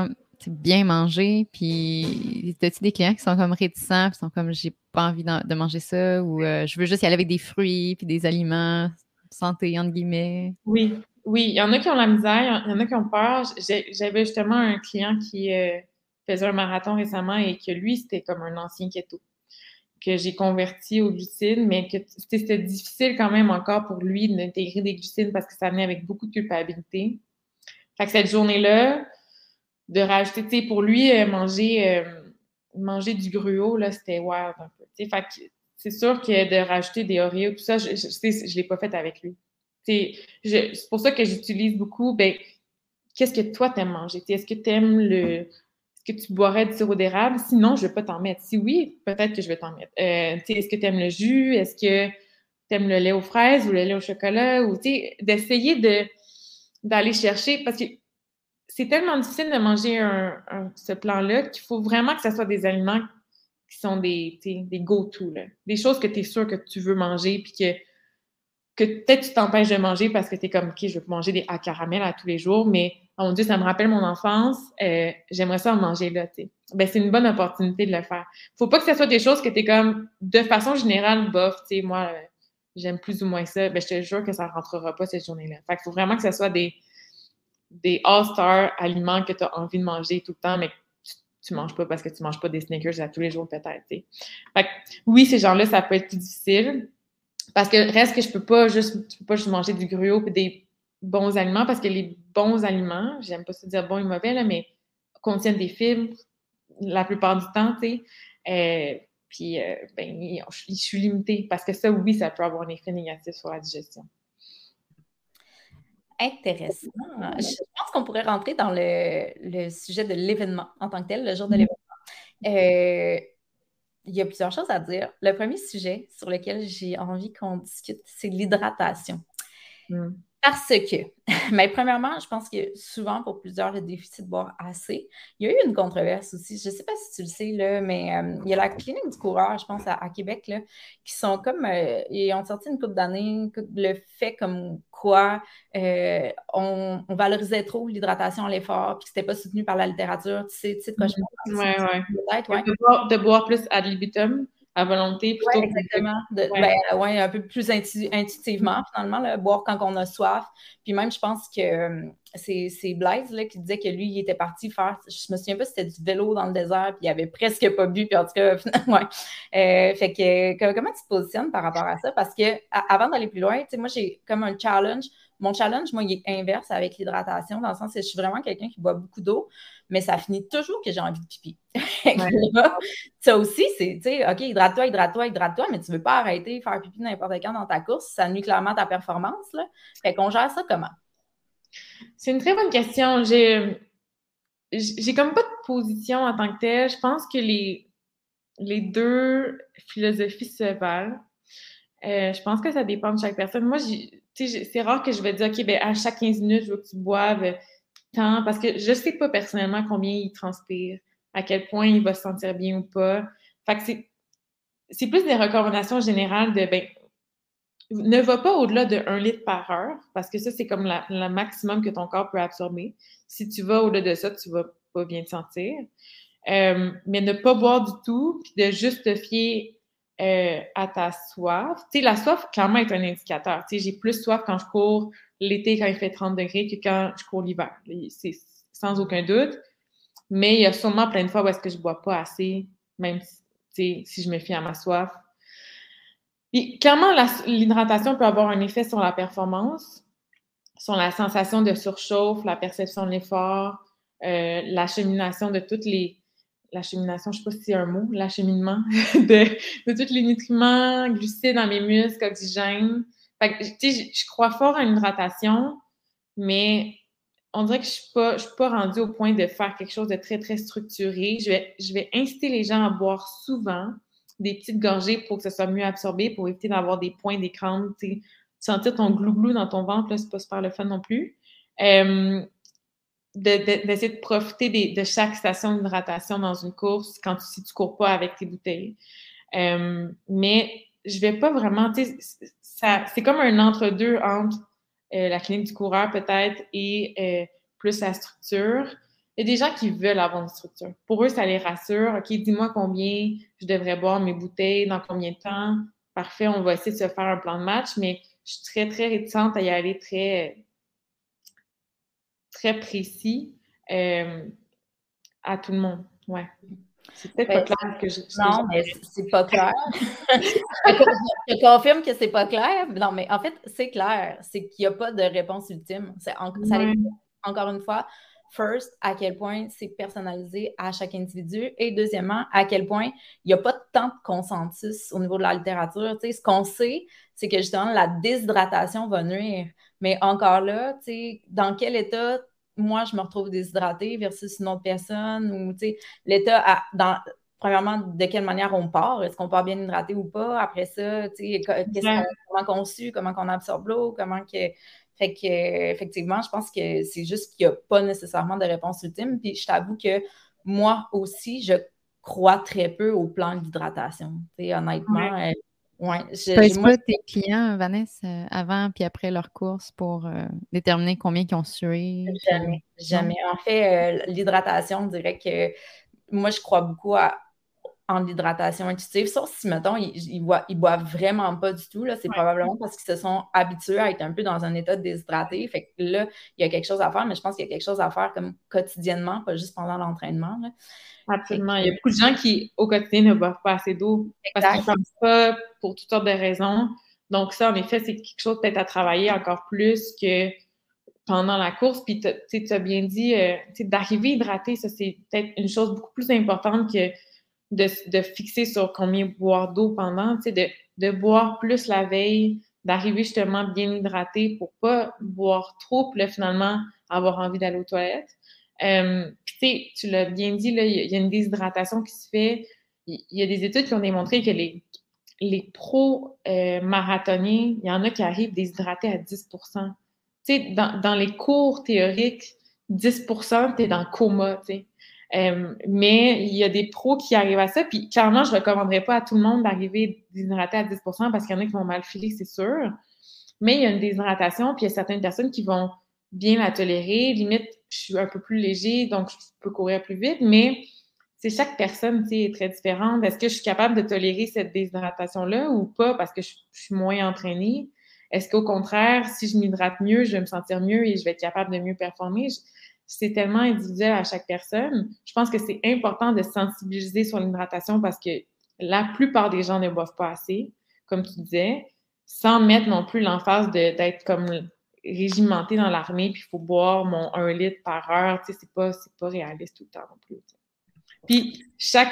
[SPEAKER 2] bien manger, puis t'as-tu des clients qui sont comme réticents, puis sont comme j'ai pas envie de manger ça, ou je veux juste y aller avec des fruits, puis des aliments santé, entre guillemets?
[SPEAKER 3] Oui, oui, il y en a qui ont la misère, il y en a qui ont peur. J'avais justement un client qui faisait un marathon récemment et que lui, c'était comme un ancien keto, que j'ai converti au glucides, mais que c'était difficile quand même encore pour lui d'intégrer des glucides parce que ça venait avec beaucoup de culpabilité. Fait que cette journée-là, de rajouter, tu sais, pour lui, manger du gruau, là, c'était wild un peu. Tu sais, fait que c'est sûr que de rajouter des Oreos, tout ça, je l'ai pas fait avec lui. Tu sais, c'est pour ça que j'utilise beaucoup, ben, qu'est-ce que toi t'aimes manger? Tu sais, est-ce que t'aimes est-ce que tu boirais du sirop d'érable? Sinon, je vais pas t'en mettre. Si oui, peut-être que je vais t'en mettre. Tu sais, est-ce que t'aimes le jus? Est-ce que t'aimes le lait aux fraises ou le lait au chocolat? Ou, tu sais, d'essayer d'aller chercher, parce que c'est tellement difficile de manger ce plan-là qu'il faut vraiment que ce soit des aliments qui sont des go-to, là. Des choses que tu es sûr que tu veux manger, puis que peut-être tu t'empêches de manger parce que tu es comme, OK, je veux manger des hauts caramel à tous les jours, mais, oh mon Dieu, ça me rappelle mon enfance, j'aimerais ça en manger là, tu sais. Ben, c'est une bonne opportunité de le faire. Faut pas que ce soit des choses que tu es comme, de façon générale, bof, tu sais, moi, j'aime plus ou moins ça, ben, je te jure que ça rentrera pas cette journée-là. Fait qu'il faut vraiment que ce soit des all-star aliments que tu as envie de manger tout le temps, mais que tu manges pas parce que tu manges pas des Snickers à tous les jours, peut-être, tu sais. Fait que, oui, ces gens-là, ça peut être plus difficile. Parce que reste que tu peux pas juste manger du gruau et des bons aliments, parce que les bons aliments, j'aime pas ça dire bon et mauvais, là, mais contiennent des fibres la plupart du temps, tu sais. Puis, ben, je suis limitée parce que ça, oui, ça peut avoir un effet négatif sur la digestion.
[SPEAKER 1] Intéressant. Je pense qu'on pourrait rentrer dans le sujet de l'événement en tant que tel, le jour de l'événement. Il y a plusieurs choses à dire. Le premier sujet sur lequel j'ai envie qu'on discute, c'est l'hydratation. Parce que, mais premièrement, je pense que souvent, pour plusieurs, le déficit de boire assez. Il y a eu une controverse aussi, je ne sais pas si tu le sais, là, mais il y a la clinique du coureur, je pense, à Québec, là, qui sont comme, ils ont sorti une couple d'années, le fait comme quoi on valorisait trop l'hydratation à l'effort, puis que c'était pas soutenu par la littérature, tu sais de quoi je parle.
[SPEAKER 3] Ouais.
[SPEAKER 1] Peut-être, ouais.
[SPEAKER 3] De boire plus ad libitum, à volonté, plutôt
[SPEAKER 1] que exactement. Un peu plus intuitivement, finalement, là, boire quand on a soif. Puis même, je pense que c'est Blaise là, qui disait que lui, il était parti faire, je me souviens pas si c'était du vélo dans le désert, puis il avait presque pas bu, puis en tout cas, ouais. Fait que, comment tu te positionnes par rapport à ça? Parce que avant d'aller plus loin, tu sais, moi, j'ai comme un challenge. Mon challenge, moi, il est inverse avec l'hydratation, dans le sens que je suis vraiment quelqu'un qui boit beaucoup d'eau, mais ça finit toujours que j'ai envie de pipi. Là, ça aussi, c'est, tu sais, OK, hydrate-toi, mais tu veux pas arrêter de faire pipi n'importe quand dans ta course, ça nuit clairement ta performance, là. Fait qu'on gère ça comment?
[SPEAKER 3] C'est une très bonne question. J'ai comme pas de position en tant que telle. Je pense que les deux philosophies se valent. Je pense que ça dépend de chaque personne. Moi, c'est rare que je vais dire, OK, ben, à chaque 15 minutes, je veux que tu boives tant, parce que je sais pas personnellement combien il transpire, à quel point il va se sentir bien ou pas. Fait que c'est plus des recommandations générales de, ben, ne va pas au-delà de 1 litre par heure, parce que ça, c'est comme le maximum que ton corps peut absorber. Si tu vas au-delà de ça, tu vas pas bien te sentir. Mais ne pas boire du tout, puis de juste te fier à ta soif. Tu sais, la soif, clairement, est un indicateur. Tu sais, j'ai plus soif quand je cours l'été, quand il fait 30 degrés, que quand je cours l'hiver. C'est sans aucun doute. Mais il y a sûrement plein de fois où est-ce que je bois pas assez, même si je me fie à ma soif. Puis, clairement, l'hydratation peut avoir un effet sur la performance, sur la sensation de surchauffe, la perception de l'effort, l'acheminement de toutes les... L'acheminement, je ne sais pas si c'est un mot, l'acheminement de tous les nutriments, glucides dans mes muscles, oxygène. Fait que, tu sais, je crois fort à une hydratation, mais on dirait que je suis pas rendue au point de faire quelque chose de très, très structuré. Je vais inciter les gens à boire souvent des petites gorgées pour que ça soit mieux absorbé, pour éviter d'avoir des points d'écran, tu sais, sentir ton glouglou dans ton ventre, là, c'est pas super le fun non plus. D'essayer de profiter de chaque station d'hydratation dans une course si tu cours pas avec tes bouteilles. Mais je vais pas vraiment, tu sais, c'est comme un entre-deux entre la clinique du coureur peut-être et plus la structure. Il y a des gens qui veulent avoir une structure. Pour eux, ça les rassure. OK, dis-moi combien je devrais boire mes bouteilles, dans combien de temps. Parfait, on va essayer de se faire un plan de match, mais je suis très, très réticente à y aller très, très précis à tout le monde. Ouais. C'est peut-être pas clair que
[SPEAKER 1] non, mais c'est pas clair. Je confirme que c'est pas clair. Non, mais en fait, c'est clair. C'est qu'il n'y a pas de réponse ultime. Ça dépend, encore une fois, first, à quel point c'est personnalisé à chaque individu. Et deuxièmement, à quel point il n'y a pas tant de consensus au niveau de la littérature. Tu sais, ce qu'on sait, c'est que justement, la déshydratation va nuire. Mais encore là, tu sais, dans quel état moi, je me retrouve déshydratée versus une autre personne ou, tu sais, l'état premièrement, de quelle manière on part? Est-ce qu'on part bien hydraté ou pas? Après ça, tu sais, comment qu'on sue, comment qu'on absorbe l'eau, comment que... Fait que, effectivement, je pense que c'est juste qu'il n'y a pas nécessairement de réponse ultime. Puis je t'avoue que moi aussi, je crois très peu au plan d'hydratation. Tu sais, honnêtement,
[SPEAKER 2] Pèse pas tes clients, Vanessa, avant puis après leur course pour déterminer combien ils ont sué?
[SPEAKER 1] Jamais. En fait, l'hydratation, on dirait que moi, je crois beaucoup en l'hydratation intuitive, sauf si, mettons, ils boivent vraiment pas du tout. Là, c'est probablement parce qu'ils se sont habitués à être un peu dans un état déshydraté. Fait que là, il y a quelque chose à faire, mais je pense qu'il y a quelque chose à faire comme quotidiennement, pas juste pendant l'entraînement. Là.
[SPEAKER 3] Absolument. Il y a beaucoup de gens qui, au quotidien, ne boivent pas assez d'eau parce qu'ils ne pensent pas pour toutes sortes de raisons. Donc ça, en effet, c'est quelque chose peut-être à travailler encore plus que pendant la course. Puis tu as bien dit, d'arriver hydraté, ça, c'est peut-être une chose beaucoup plus importante que de fixer sur combien boire d'eau pendant, de boire plus la veille, d'arriver justement bien hydraté pour pas boire trop, puis là, finalement, avoir envie d'aller aux toilettes. Puis tu l'as bien dit, là, il y a une déshydratation qui se fait. Il y a des études qui ont démontré que les pros marathoniens, il y en a qui arrivent déshydratés à 10%. Tu sais, dans les cours théoriques, 10%, t'es dans le coma, tu sais. Mais il y a des pros qui arrivent à ça, puis clairement, je ne recommanderais pas à tout le monde d'arriver déshydraté à 10% parce qu'il y en a qui vont mal filer, c'est sûr. Mais il y a une déshydratation, puis il y a certaines personnes qui vont bien la tolérer. Limite, je suis un peu plus léger, donc je peux courir plus vite, mais chaque personne, est très différente. Est-ce que je suis capable de tolérer cette déshydratation-là ou pas parce que je suis moins entraînée? Est-ce qu'au contraire, si je m'hydrate mieux, je vais me sentir mieux et je vais être capable de mieux performer? C'est tellement individuel à chaque personne. Je pense que c'est important de sensibiliser sur l'hydratation parce que la plupart des gens ne boivent pas assez, comme tu disais, sans mettre non plus l'emphase d'être comme régimenté dans l'armée, puis il faut boire mon 1 litre par heure. Tu sais, c'est pas réaliste tout le temps non plus. T'sais. Puis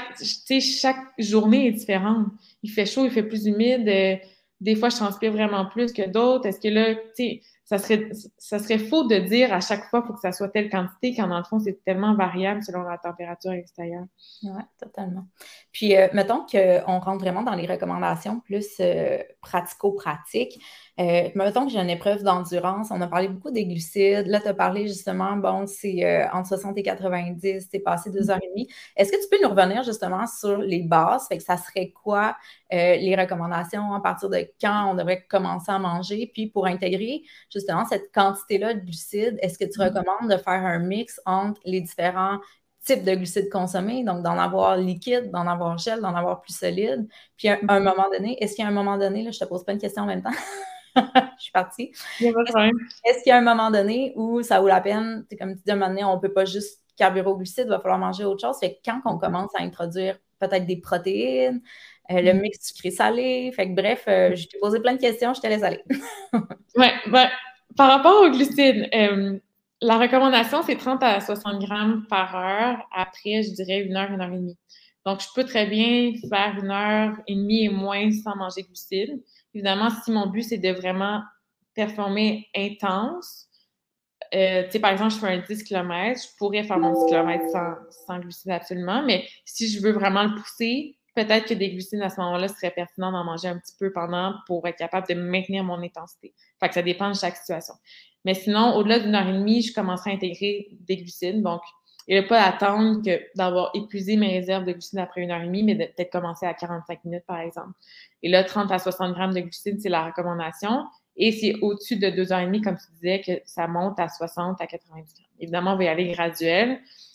[SPEAKER 3] chaque journée est différente. Il fait chaud, il fait plus humide. Des fois, je transpire vraiment plus que d'autres. Est-ce que là, tu sais, ça serait faux de dire à chaque fois qu'il faut que ça soit telle quantité quand dans le fond, c'est tellement variable selon la température extérieure.
[SPEAKER 1] Oui, totalement. Puis, mettons qu'on rentre vraiment dans les recommandations plus pratico-pratiques. Mettons que j'ai une épreuve d'endurance. On a parlé beaucoup des glucides. Là, tu as parlé justement, bon, c'est entre 60 et 90, c'est passé 2h30. Est-ce que tu peux nous revenir justement sur les bases? Fait que ça serait quoi les recommandations, à partir de quand on devrait commencer à manger? Puis, pour intégrer justement cette quantité-là de glucides, est-ce que tu recommandes de faire un mix entre les différents type de glucides consommés, donc d'en avoir liquide, d'en avoir gel, d'en avoir plus solide. Puis à un moment donné, est-ce qu'il y a un moment donné, là, je te pose pas une question en même temps, je suis partie. Est-ce qu'il y a un moment donné où ça vaut la peine, comme tu dis, à un moment donné, on ne peut pas juste carburer au glucide, il va falloir manger autre chose. Fait que quand on commence à introduire peut-être des protéines, le mix sucré-salé, fait que bref, je t'ai posé plein de questions, je te laisse aller.
[SPEAKER 3] Ouais, par rapport aux glucides, la recommandation, c'est 30 à 60 grammes par heure après, je dirais, 1 heure et demie. Donc, je peux très bien faire 1h30 et moins sans manger de glucides. Évidemment, si mon but, c'est de vraiment performer intense, tu sais, par exemple, je fais un 10 km, je pourrais faire mon 10 km sans glucides absolument, mais si je veux vraiment le pousser, peut-être que des glucides à ce moment-là, ce serait pertinent d'en manger un petit peu pendant pour être capable de maintenir mon intensité. Fait que ça dépend de chaque situation. Mais sinon, au-delà d'1h30, je commencerai à intégrer des glucides. Donc, il n'y a pas à attendre d'avoir épuisé mes réserves de glucides après 1h30, mais de peut-être commencer à 45 minutes, par exemple. Et là, 30 à 60 grammes de glucides, c'est la recommandation. Et c'est au-dessus de 2h30, comme tu disais, que ça monte à 60 à 90 grammes. Évidemment, on va y aller graduel.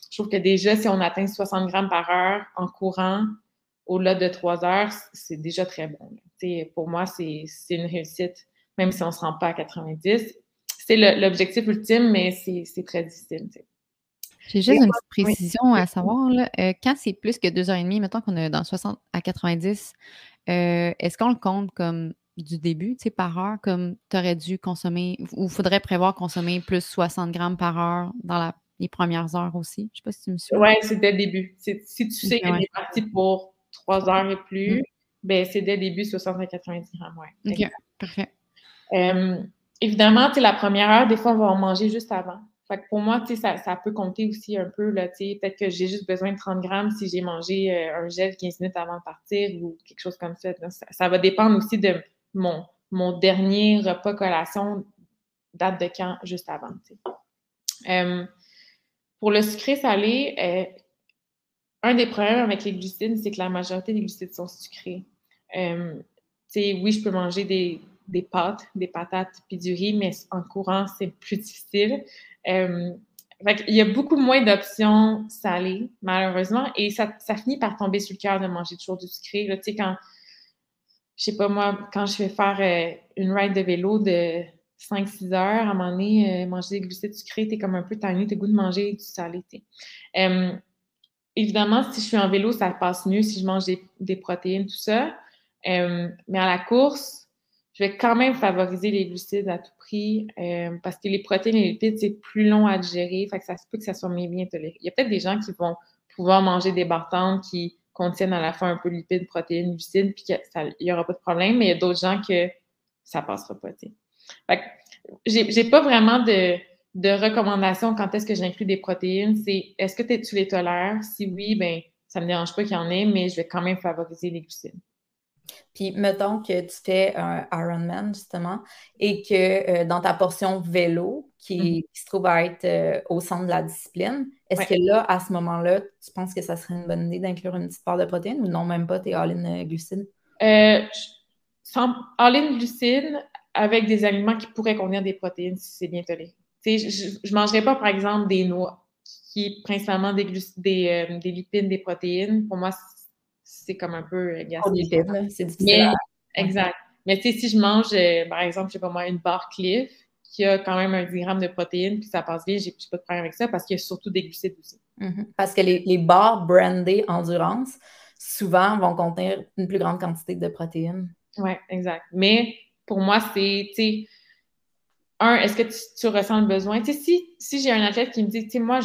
[SPEAKER 3] je trouve que déjà, si on atteint 60 grammes par heure en courant, au-delà de 3 heures, c'est déjà très bon. Pour moi, c'est une réussite, même si on ne se rend pas à 90. C'est l'objectif ultime, mais c'est très difficile.
[SPEAKER 2] J'ai juste une petite
[SPEAKER 3] Oui.
[SPEAKER 2] précision à savoir. Là. Quand c'est plus que 2h30, mettons qu'on est dans 60 à 90, est-ce qu'on le compte comme du début, par heure, comme tu aurais dû consommer, ou faudrait prévoir consommer plus 60 grammes par heure dans les premières heures aussi? Je ne sais pas si tu me suis.
[SPEAKER 3] Oui, c'est dès le début. Si tu sais qu'il est parti pour 3 heures et plus, ben c'est dès le début 60 à 90 grammes. Ouais.
[SPEAKER 2] OK, parfait.
[SPEAKER 3] Évidemment, la première heure, des fois, on va en manger juste avant. Fait que pour moi, ça peut compter aussi un peu, là, peut-être que j'ai juste besoin de 30 grammes si j'ai mangé un gel 15 minutes avant de partir ou quelque chose comme ça. Ça va dépendre aussi de mon dernier repas collation, date de quand, juste avant. Pour le sucré salé, un des problèmes avec les glucides, c'est que la majorité des glucides sont sucrés. Oui, je peux manger des pâtes, des patates puis du riz, mais en courant, c'est plus difficile. Il y a beaucoup moins d'options salées, malheureusement, et ça finit par tomber sur le cœur de manger toujours du sucré. Là, quand, je sais pas moi, quand je vais faire une ride de vélo de 5-6 heures, à un moment donné, manger des glucides sucrés, t'es comme un peu tanné, t'as le goût de manger du salé. Évidemment, si je suis en vélo, ça passe mieux si je mange des protéines, tout ça. Mais à la course, je vais quand même favoriser les glucides à tout prix parce que les protéines et les lipides, c'est plus long à digérer. Fait que ça se peut que ça soit bien toléré. Il y a peut-être des gens qui vont pouvoir manger des barres qui contiennent à la fois un peu de lipides, protéines, glucides, puis il n'y aura pas de problème, mais il y a d'autres gens que ça passera pas. T'sais. Fait que j'ai pas vraiment de recommandations quand est-ce que j'inclus des protéines. C'est est-ce que tu les tolères? Si oui, ben ça me dérange pas qu'il y en ait, mais je vais quand même favoriser les glucides.
[SPEAKER 1] Puis, mettons que tu fais un Ironman, justement, et que dans ta portion vélo, qui se trouve à être au centre de la discipline, est-ce que là, à ce moment-là, tu penses que ça serait une bonne idée d'inclure une petite part de protéines ou non, même pas, t'es all-in glucides?
[SPEAKER 3] All-in glucides avec des aliments qui pourraient contenir des protéines si c'est bien toléré. Je ne mangerais pas, par exemple, des noix, qui est principalement des lipides, des protéines. Pour moi, c'est comme un peu
[SPEAKER 1] gaspillé. C'est difficile.
[SPEAKER 3] Exact. Mais si je mange, par exemple, je sais pas moi, une barre Cliff qui a quand même un 10 grammes de protéines, puis ça passe bien, j'ai pas de problème avec ça parce qu'il y a surtout des glucides aussi.
[SPEAKER 1] Parce que les barres brandées endurance, souvent, vont contenir une plus grande quantité de protéines.
[SPEAKER 3] Oui, exact. Mais pour moi, c'est, est-ce que tu ressens le besoin? Si j'ai un athlète qui me dit, moi,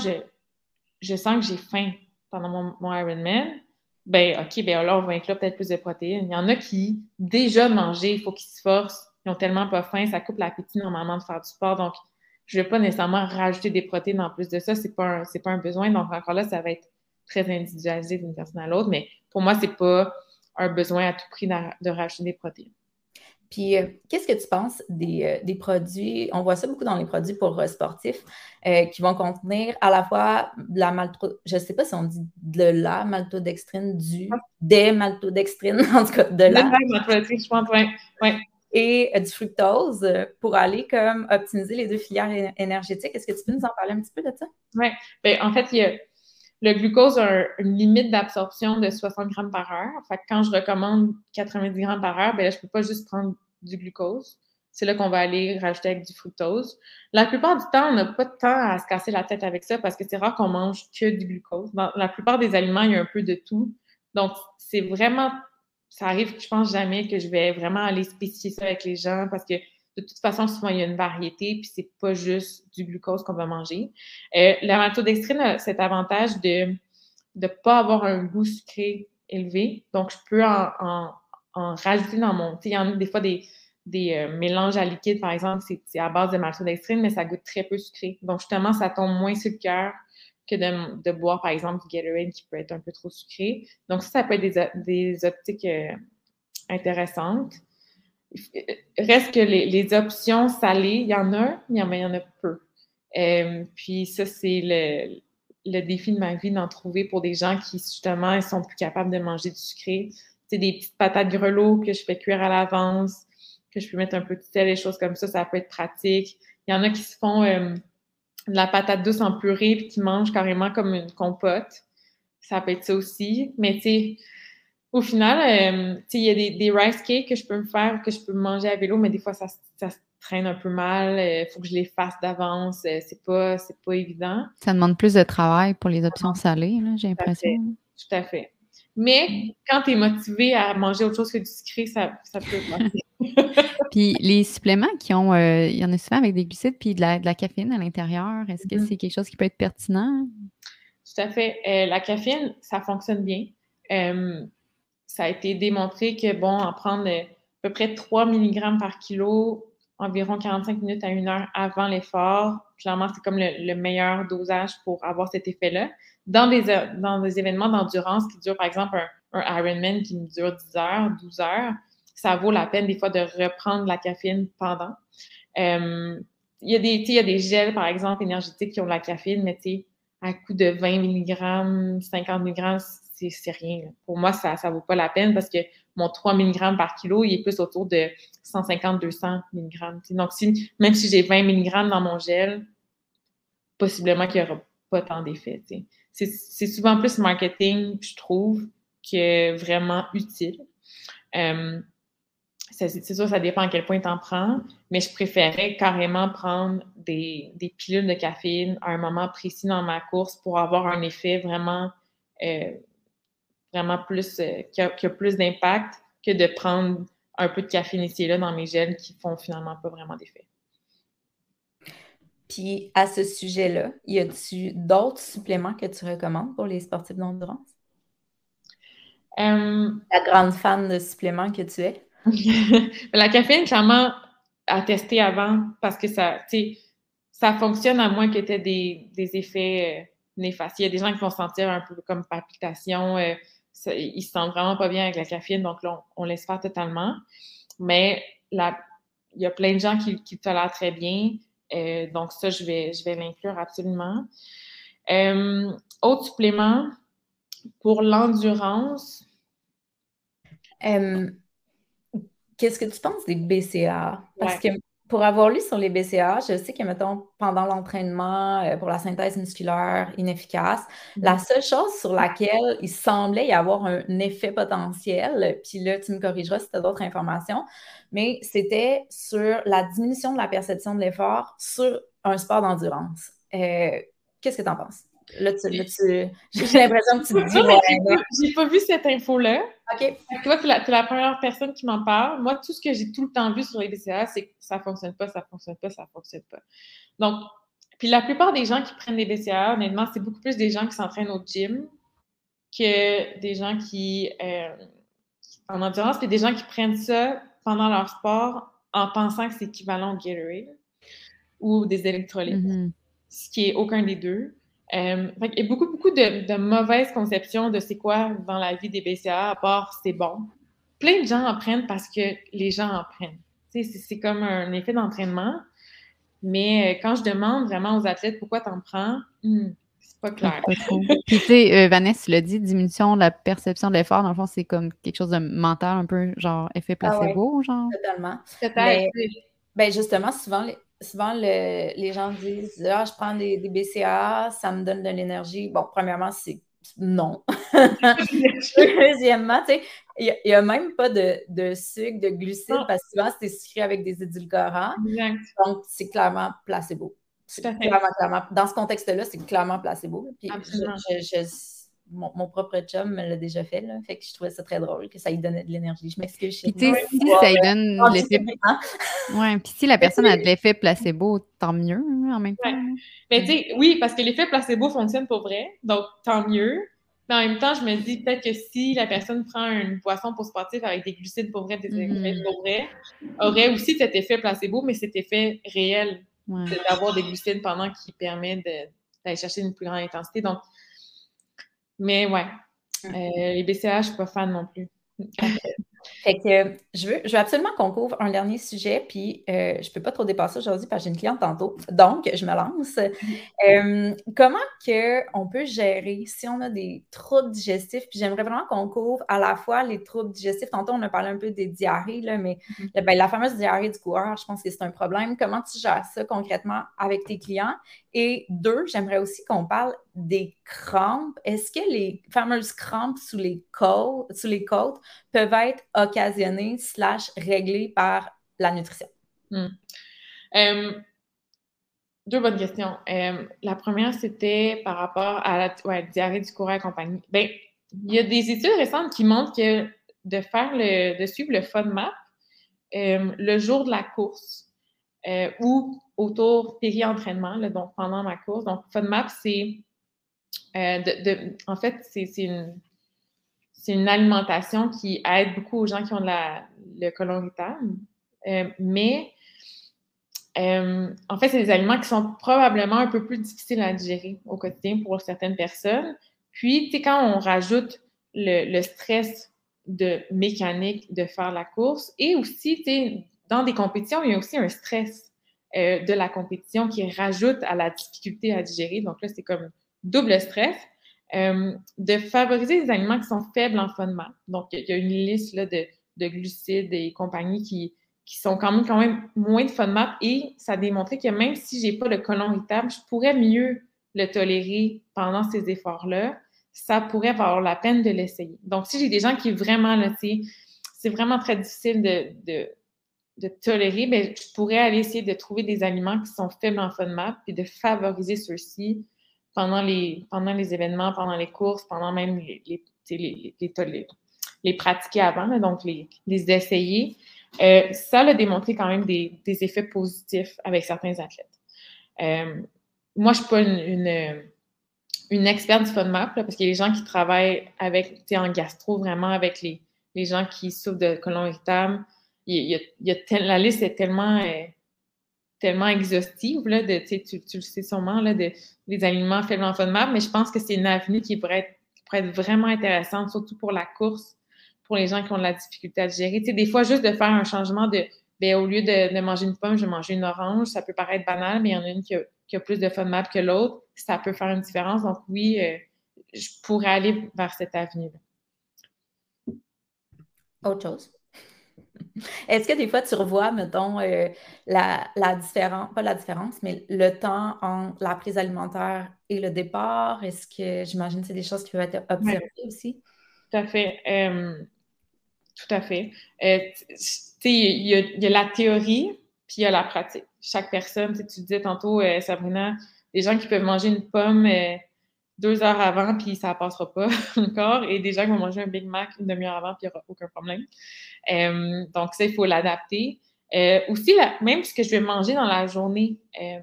[SPEAKER 3] je sens que j'ai faim pendant mon Ironman, ben, OK, ben là, on va inclure peut-être plus de protéines. Il y en a qui, déjà manger, il faut qu'ils se forcent. Ils n'ont tellement pas faim, ça coupe l'appétit normalement de faire du sport. Donc, je ne vais pas nécessairement rajouter des protéines en plus de ça. C'est pas un besoin. Donc, encore là, ça va être très individualisé d'une personne à l'autre. Mais pour moi, c'est pas un besoin à tout prix de rajouter des protéines.
[SPEAKER 1] Puis, qu'est-ce que tu penses des produits, on voit ça beaucoup dans les produits pour sportifs, qui vont contenir à la fois de la je ne sais pas si on dit de la maltodextrine, des maltodextrines, en tout cas de la.
[SPEAKER 3] Je pense, ouais.
[SPEAKER 1] Et du fructose pour aller comme optimiser les deux filières énergétiques. Est-ce que tu peux nous en parler un petit peu de ça?
[SPEAKER 3] Oui. Ben, en fait, le glucose a une limite d'absorption de 60 grammes par heure. Fait que quand je recommande 90 grammes par heure, ben là, je ne peux pas juste prendre du glucose. C'est là qu'on va aller rajouter avec du fructose. La plupart du temps, on n'a pas de temps à se casser la tête avec ça parce que c'est rare qu'on mange que du glucose. Dans la plupart des aliments, il y a un peu de tout. Donc, c'est vraiment... Ça arrive, je pense jamais que je vais vraiment aller spécifier ça avec les gens parce que de toute façon, souvent, il y a une variété, puis c'est pas juste du glucose qu'on va manger. La maltodextrine a cet avantage de ne pas avoir un goût sucré élevé. Donc, je peux en rajouter dans mon... Tu sais, il y en a des fois des mélanges à liquide, par exemple, c'est à base de maltodextrine, mais ça goûte très peu sucré. Donc, justement, ça tombe moins sur le cœur que de boire, par exemple, du Gatorade qui peut être un peu trop sucré. Donc, ça peut être des optiques intéressantes. Reste que les options salées, il y en a, mais il y en a peu. Puis ça, c'est le défi de ma vie d'en trouver pour des gens qui, justement, ils sont plus capables de manger du sucré. C'est des petites patates grelots que je fais cuire à l'avance, que je peux mettre un peu de sel et des choses comme ça peut être pratique. Il y en a qui se font de la patate douce en purée puis qui mange carrément comme une compote. Ça peut être ça aussi. Mais tu sais, au final, tu sais, il y a des rice cakes que je peux me faire, que je peux manger à vélo, mais des fois, ça se traîne un peu mal. Il faut que je les fasse d'avance. C'est pas évident.
[SPEAKER 2] Ça demande plus de travail pour les options salées, là, j'ai
[SPEAKER 3] Tout à fait.
[SPEAKER 2] l'impression.
[SPEAKER 3] Tout à fait. Mais quand tu es motivé à manger autre chose que du sucré, ça peut passer.
[SPEAKER 2] Puis les suppléments il y en a souvent avec des glucides puis de la caféine à l'intérieur. Est-ce que c'est quelque chose qui peut être pertinent?
[SPEAKER 3] Tout à fait. La caféine, ça fonctionne bien. Ça a été démontré que, bon, en prendre à peu près 3 mg par kilo, environ 45 minutes à 1 heure avant l'effort, clairement, c'est comme le meilleur dosage pour avoir cet effet-là. Dans des événements d'endurance qui durent, par exemple, un Ironman qui dure 10 heures, 12 heures, ça vaut la peine des fois de reprendre la caféine pendant. Il y a des gels, par exemple, énergétiques qui ont de la caféine, mais tu sais, à coup de 20 mg, 50 mg, c'est rien. Pour moi, ça vaut pas la peine parce que mon 3 mg par kilo, il est plus autour de 150-200 mg. Donc, même si j'ai 20 mg dans mon gel, possiblement qu'il n'y aura pas tant d'effet. C'est souvent plus marketing, je trouve, que vraiment utile. C'est sûr, ça dépend à quel point tu en prends, mais je préférais carrément prendre des pilules de caféine à un moment précis dans ma course pour avoir un effet vraiment plus, qui a plus d'impact que de prendre un peu de caféine ici et là dans mes gels qui font finalement pas vraiment d'effet.
[SPEAKER 1] Puis, à ce sujet-là, y a-tu d'autres suppléments que tu recommandes pour les sportifs d'endurance? La grande fan de suppléments que tu es?
[SPEAKER 3] La caféine, clairement, à tester avant parce que ça fonctionne à moins que tu aies des effets néfastes. Il y a des gens qui vont se sentir un peu comme palpitation. Ils se sentent vraiment pas bien avec la caféine, donc là, on laisse faire totalement. Mais il y a plein de gens qui tolèrent très bien. Donc ça, je vais l'inclure absolument. Autre supplément, pour l'endurance.
[SPEAKER 1] Qu'est-ce que tu penses des BCA? Parce
[SPEAKER 3] Ouais.
[SPEAKER 1] que pour avoir lu sur les BCA, je sais que, mettons, pendant l'entraînement, pour la synthèse musculaire inefficace, la seule chose sur laquelle il semblait y avoir un effet potentiel, puis là, tu me corrigeras si tu as d'autres informations, mais c'était sur la diminution de la perception de l'effort sur un sport d'endurance. Qu'est-ce que tu en penses? Là, j'ai l'impression que tu te dis, ouais.
[SPEAKER 3] J'ai pas vu cette info-là.
[SPEAKER 1] OK.
[SPEAKER 3] Tu vois, tu es la première personne qui m'en parle. Moi, tout ce que j'ai tout le temps vu sur les BCA, c'est que ça fonctionne pas, ça fonctionne pas, ça fonctionne pas. Donc, puis la plupart des gens qui prennent des BCA, honnêtement, c'est beaucoup plus des gens qui s'entraînent au gym que des gens qui en endurance, puis des gens qui prennent ça pendant leur sport en pensant que c'est équivalent au Gatorade ou des électrolytes, ce qui est aucun des deux. Il y a beaucoup de mauvaises conceptions de c'est quoi dans la vie des BCA, à part c'est bon. Plein de gens en prennent parce que les gens en prennent. C'est comme un effet d'entraînement. Mais quand je demande vraiment aux athlètes pourquoi t'en prends, c'est pas clair.
[SPEAKER 2] Pas trop. Puis tu sais, Vanessa l'a dit, diminution de la perception de l'effort, dans le fond, c'est comme quelque chose de mental, un peu genre effet placebo, genre.
[SPEAKER 1] Totalement.
[SPEAKER 3] Peut-être.
[SPEAKER 1] Ben justement, souvent les gens disent ah, je prends des BCA, ça me donne de l'énergie. Bon, premièrement, c'est non. Deuxièmement, tu sais, il n'y a même pas de sucre, de glucides, parce que souvent, c'est sucré avec des édulcorants.
[SPEAKER 3] Exact.
[SPEAKER 1] Donc, c'est clairement placebo. Clairement. Dans ce contexte-là, c'est clairement placebo. Puis mon propre chum me l'a déjà fait, là. Fait que je trouvais ça très drôle que ça lui donnait de l'énergie. Je m'excuse.
[SPEAKER 2] Puis tu sais, si ça lui donne l'effet... Ouais, puis si la personne a de l'effet placebo, tant mieux, en même temps.
[SPEAKER 3] Ouais. Mais tu sais, oui, parce que l'effet placebo fonctionne pour vrai, donc tant mieux. Mais en même temps, je me dis peut-être que si la personne prend une boisson pour sportif avec des glucides pour vrai, des électrolytes pour vrai, aurait aussi cet effet placebo, mais cet effet réel d'avoir des glucides pendant qui permet d'aller chercher une plus grande intensité. Donc, mais ouais, les BCA, je suis pas fan non plus.
[SPEAKER 1] Fait que je veux absolument qu'on couvre un dernier sujet, puis je peux pas trop dépasser aujourd'hui parce que j'ai une cliente tantôt, donc je me lance. Comment on peut gérer si on a des troubles digestifs, puis j'aimerais vraiment qu'on couvre à la fois les troubles digestifs. Tantôt, on a parlé un peu des diarrhées, là, mais la fameuse diarrhée du coureur, je pense que c'est un problème. Comment tu gères ça concrètement avec tes clients? Et deux, j'aimerais aussi qu'on parle des crampes. Est-ce que les fameuses crampes sous les côtes peuvent être occasionnées / réglées par la nutrition?
[SPEAKER 3] Deux bonnes questions. La première, c'était par rapport à la diarrhée du coureur et compagnie. Ben, il y a des études récentes qui montrent que de suivre le FODMAP le jour de la course ou autour péri-entraînement, donc pendant ma course. Donc, FODMAP, c'est en fait, c'est une alimentation qui aide beaucoup aux gens qui ont le côlon irritable. Mais en fait, c'est des aliments qui sont probablement un peu plus difficiles à digérer au quotidien pour certaines personnes. Puis, tu sais, quand on rajoute le stress de mécanique de faire la course et aussi, tu sais, dans des compétitions, il y a aussi un stress de la compétition qui rajoute à la difficulté à digérer. Donc là, c'est comme double stress. De favoriser des aliments qui sont faibles en FODMAP. Donc, il y a une liste là, de glucides et compagnie qui sont quand même moins de FODMAP et ça a démontré que même si j'ai pas le côlon irritable, je pourrais mieux le tolérer pendant ces efforts-là. Ça pourrait valoir la peine de l'essayer. Donc, si j'ai des gens qui vraiment, là, c'est vraiment très difficile de tolérer, bien, je pourrais aller essayer de trouver des aliments qui sont faibles en FODMAP et de favoriser ceux-ci pendant les événements, pendant les courses, pendant même les pratiquer avant, là, donc les essayer. Ça a démontré quand même des effets positifs avec certains athlètes. Moi, je ne suis pas une experte du FODMAP, là, parce qu'il y a des gens qui travaillent en gastro, vraiment avec les gens qui souffrent de côlon irritable. La liste est tellement exhaustive, là, tu le sais sûrement, là, des aliments faibles en FODMAP, mais je pense que c'est une avenue qui pourrait être vraiment intéressante, surtout pour la course, pour les gens qui ont de la difficulté à digérer. Tu sais, des fois, juste de faire un changement au lieu de manger une pomme, je vais manger une orange, ça peut paraître banal, mais il y en a une qui a plus de FODMAP que l'autre, ça peut faire une différence. Donc oui, je pourrais aller vers cette avenue-là.
[SPEAKER 1] Autre chose? Est-ce que des fois, tu revois, mettons, la différence, pas la différence, mais le temps entre la prise alimentaire et le départ? Est-ce que, j'imagine, c'est des choses qui peuvent être observées aussi?
[SPEAKER 3] Tout à fait. Tout à fait. Tu sais, il y a la théorie, puis il y a la pratique. Chaque personne, tu disais tantôt, Sabrina, des gens qui peuvent manger une pomme 2 heures avant, puis ça ne passera pas encore, et des gens qui vont manger un Big Mac une demi-heure avant, puis il n'y aura aucun problème. Donc ça, il faut l'adapter. Aussi, même ce que je vais manger dans la journée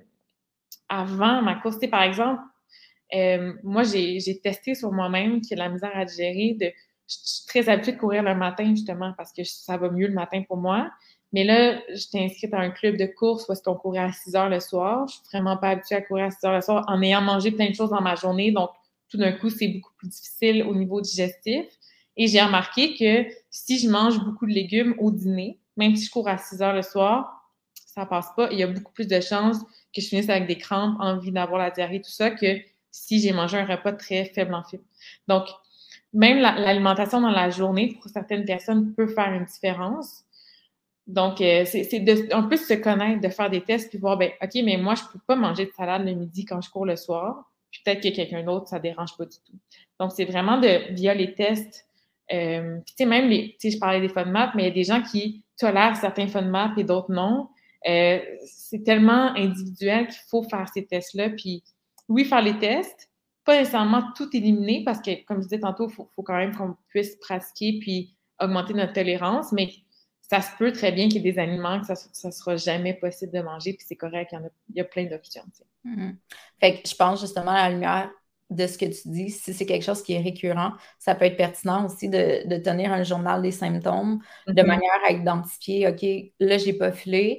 [SPEAKER 3] avant ma course, par exemple, moi, j'ai testé sur moi-même qu'il y a de la misère à digérer. Je suis très habituée de courir le matin, justement, parce que ça va mieux le matin pour moi. Mais là, j'étais inscrite à un club de course où est-ce qu'on courait à 6 heures le soir. Je suis vraiment pas habituée à courir à 6 heures le soir en ayant mangé plein de choses dans ma journée. Donc, tout d'un coup, c'est beaucoup plus difficile au niveau digestif. Et j'ai remarqué que si je mange beaucoup de légumes au dîner, même si je cours à 6 heures le soir, ça passe pas. Il y a beaucoup plus de chances que je finisse avec des crampes, envie d'avoir la diarrhée, tout ça, que si j'ai mangé un repas très faible en fibres. Donc, même l'alimentation dans la journée, pour certaines personnes, peut faire une différence. Donc, c'est un peu se connaître, de faire des tests, puis voir, ben, OK, mais moi, je peux pas manger de salade le midi quand je cours le soir. Puis peut-être que quelqu'un d'autre, ça dérange pas du tout. Donc, c'est vraiment via les tests. Puis, tu sais, même, je parlais des FODMAP, mais il y a des gens qui tolèrent certains FODMAP et d'autres non. C'est tellement individuel qu'il faut faire ces tests-là. Puis, oui, faire les tests, pas nécessairement tout éliminer, parce que, comme je disais tantôt, il faut quand même qu'on puisse pratiquer puis augmenter notre tolérance, mais ça se peut très bien qu'il y ait des aliments que ça sera jamais possible de manger, puis c'est correct, il y a plein d'options.
[SPEAKER 1] Fait que je pense justement à la lumière de ce que tu dis, si c'est quelque chose qui est récurrent, ça peut être pertinent aussi de tenir un journal des symptômes de manière à identifier, OK, là, j'ai pas filé,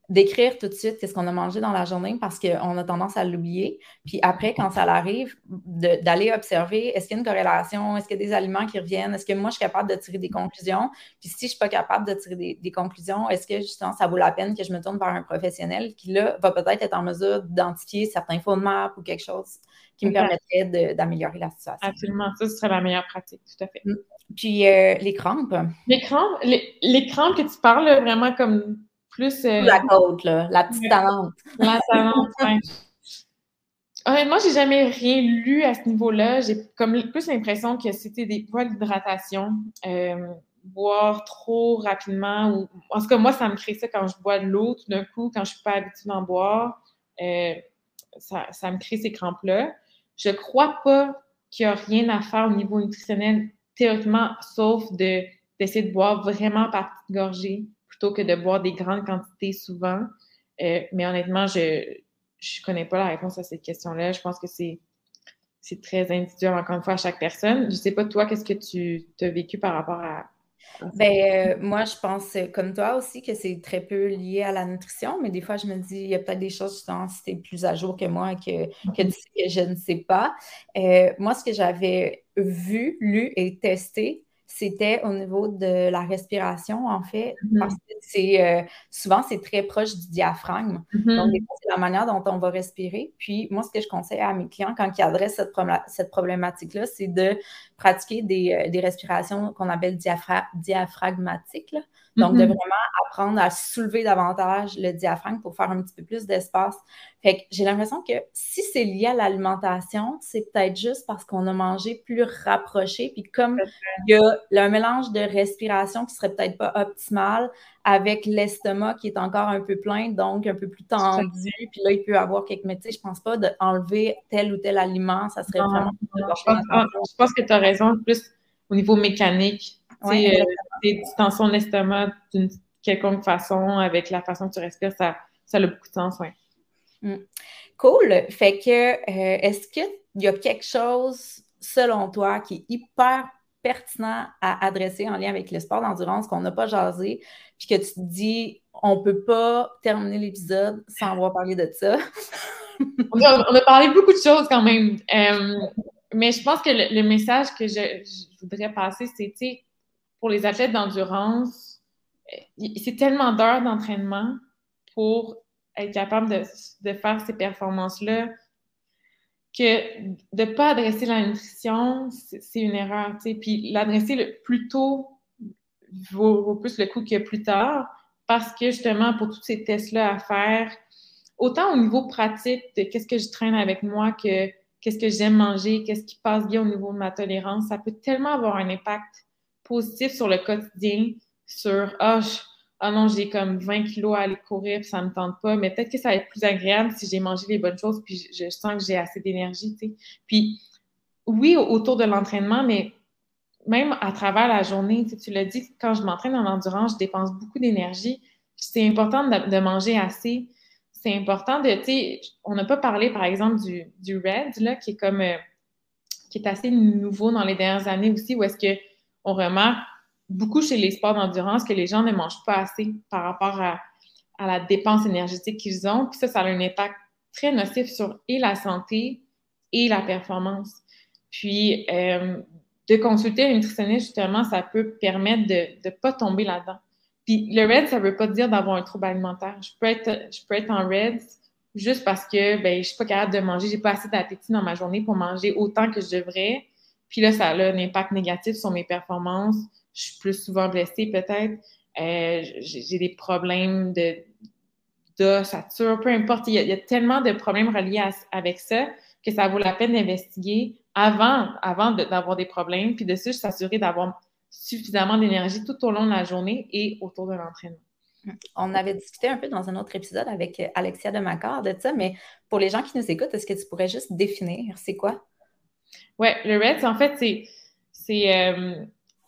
[SPEAKER 1] d'écrire tout de suite qu'est-ce qu'on a mangé dans la journée parce qu'on a tendance à l'oublier. Puis après, quand ça arrive, d'aller observer, est-ce qu'il y a une corrélation? Est-ce qu'il y a des aliments qui reviennent? Est-ce que moi, je suis capable de tirer des conclusions? Puis si je ne suis pas capable de tirer des conclusions, est-ce que justement, ça vaut la peine que je me tourne vers un professionnel qui, là, va peut-être être en mesure d'identifier certains faux de map ou quelque chose qui me permettrait d'améliorer la situation.
[SPEAKER 3] Absolument. Ça, ce serait la meilleure pratique, tout à fait.
[SPEAKER 1] Puis les crampes.
[SPEAKER 3] Les crampes que tu parles, là, vraiment comme plus...
[SPEAKER 1] La côte, là, la petite talente.
[SPEAKER 3] La talente, ouais. Honnêtement, j'ai jamais rien lu à ce niveau-là. J'ai comme plus l'impression que c'était des fois l'hydratation, boire trop rapidement ou en tout cas moi ça me crée ça quand je bois de l'eau tout d'un coup quand je suis pas habituée d'en boire, ça me crée ces crampes-là. Je crois pas qu'il y a rien à faire au niveau nutritionnel théoriquement sauf d'essayer de boire vraiment par petites gorgées plutôt que de boire des grandes quantités souvent. Mais honnêtement, je connais pas la réponse à cette question-là. Je pense que c'est très individuel, encore une fois, à chaque personne. Je sais pas, toi, qu'est-ce que tu as vécu par rapport à ça?
[SPEAKER 1] Moi, je pense, comme toi aussi, que c'est très peu lié à la nutrition, mais des fois, je me dis, il y a peut-être des choses, justement, si tu es plus à jour que moi, que tu sais que je ne sais pas. Moi, ce que j'avais vu, lu et testé, c'était au niveau de la respiration, en fait, parce que souvent, c'est très proche du diaphragme. Donc, des fois, c'est la manière dont on va respirer. Puis, moi, ce que je conseille à mes clients quand ils adressent cette problématique-là, c'est de pratiquer des respirations qu'on appelle diaphragmatiques, là. Donc, de vraiment apprendre à soulever davantage le diaphragme pour faire un petit peu plus d'espace. Fait que j'ai l'impression que si c'est lié à l'alimentation, c'est peut-être juste parce qu'on a mangé plus rapproché. Puis comme il y a un mélange de respiration qui serait peut-être pas optimal avec l'estomac qui est encore un peu plein, donc un peu plus tendu. Puis là, il peut y avoir quelques... Mais tu sais, je pense pas d'enlever tel ou tel aliment. Ça serait vraiment...
[SPEAKER 3] Je pense que tu as raison, plus au niveau mécanique.
[SPEAKER 1] Ouais,
[SPEAKER 3] des distensions de l'estomac d'une quelconque façon, avec la façon que tu respires, ça a beaucoup de sens, oui.
[SPEAKER 1] Cool. Fait que, est-ce qu'il y a quelque chose, selon toi, qui est hyper pertinent à adresser en lien avec le sport d'endurance qu'on n'a pas jasé, puis que tu te dis, on peut pas terminer l'épisode sans avoir parlé de ça?
[SPEAKER 3] On a parlé beaucoup de choses quand même. Mais je pense que le message que je voudrais passer, c'est, tu sais, pour les athlètes d'endurance, c'est tellement d'heures d'entraînement pour être capable de faire ces performances-là que de ne pas adresser la nutrition, c'est une erreur, tu sais. Puis l'adresser le plus tôt vaut plus le coup que plus tard parce que justement, pour tous ces tests-là à faire, autant au niveau pratique de qu'est-ce que je traîne avec moi que qu'est-ce que j'aime manger, qu'est-ce qui passe bien au niveau de ma tolérance, ça peut tellement avoir un impact positif sur le quotidien, sur ah non, j'ai comme 20 kilos à aller courir, puis ça me tente pas, mais peut-être que ça va être plus agréable si j'ai mangé les bonnes choses, puis je sens que j'ai assez d'énergie, tu sais. Puis oui, autour de l'entraînement, mais même à travers la journée, tu l'as dit, quand je m'entraîne en endurance, je dépense beaucoup d'énergie. C'est important de manger assez. C'est important de, tu sais, on n'a pas parlé, par exemple, du RED, là, qui est comme, qui est assez nouveau dans les dernières années aussi, où est-ce qu'on remarque beaucoup chez les sports d'endurance que les gens ne mangent pas assez par rapport à la dépense énergétique qu'ils ont. Puis ça a un impact très nocif sur et la santé et la performance. Puis, de consulter un nutritionniste, justement, ça peut permettre de ne pas tomber là-dedans. Puis le RED, ça ne veut pas dire d'avoir un trouble alimentaire. Je peux être en RED juste parce que je ne suis pas capable de manger, j'ai pas assez d'appétit dans ma journée pour manger autant que je devrais. Puis là, ça a un impact négatif sur mes performances. Je suis plus souvent blessée peut-être. J'ai des problèmes d'ossature, peu importe. Il y a tellement de problèmes reliés avec ça que ça vaut la peine d'investiguer avant d'avoir des problèmes, puis de s'assurer d'avoir suffisamment d'énergie tout au long de la journée et autour de l'entraînement.
[SPEAKER 1] On avait discuté un peu dans un autre épisode avec Alexia Demaccord de ça, mais pour les gens qui nous écoutent, est-ce que tu pourrais juste définir c'est quoi?
[SPEAKER 3] Oui, le RED, en fait, je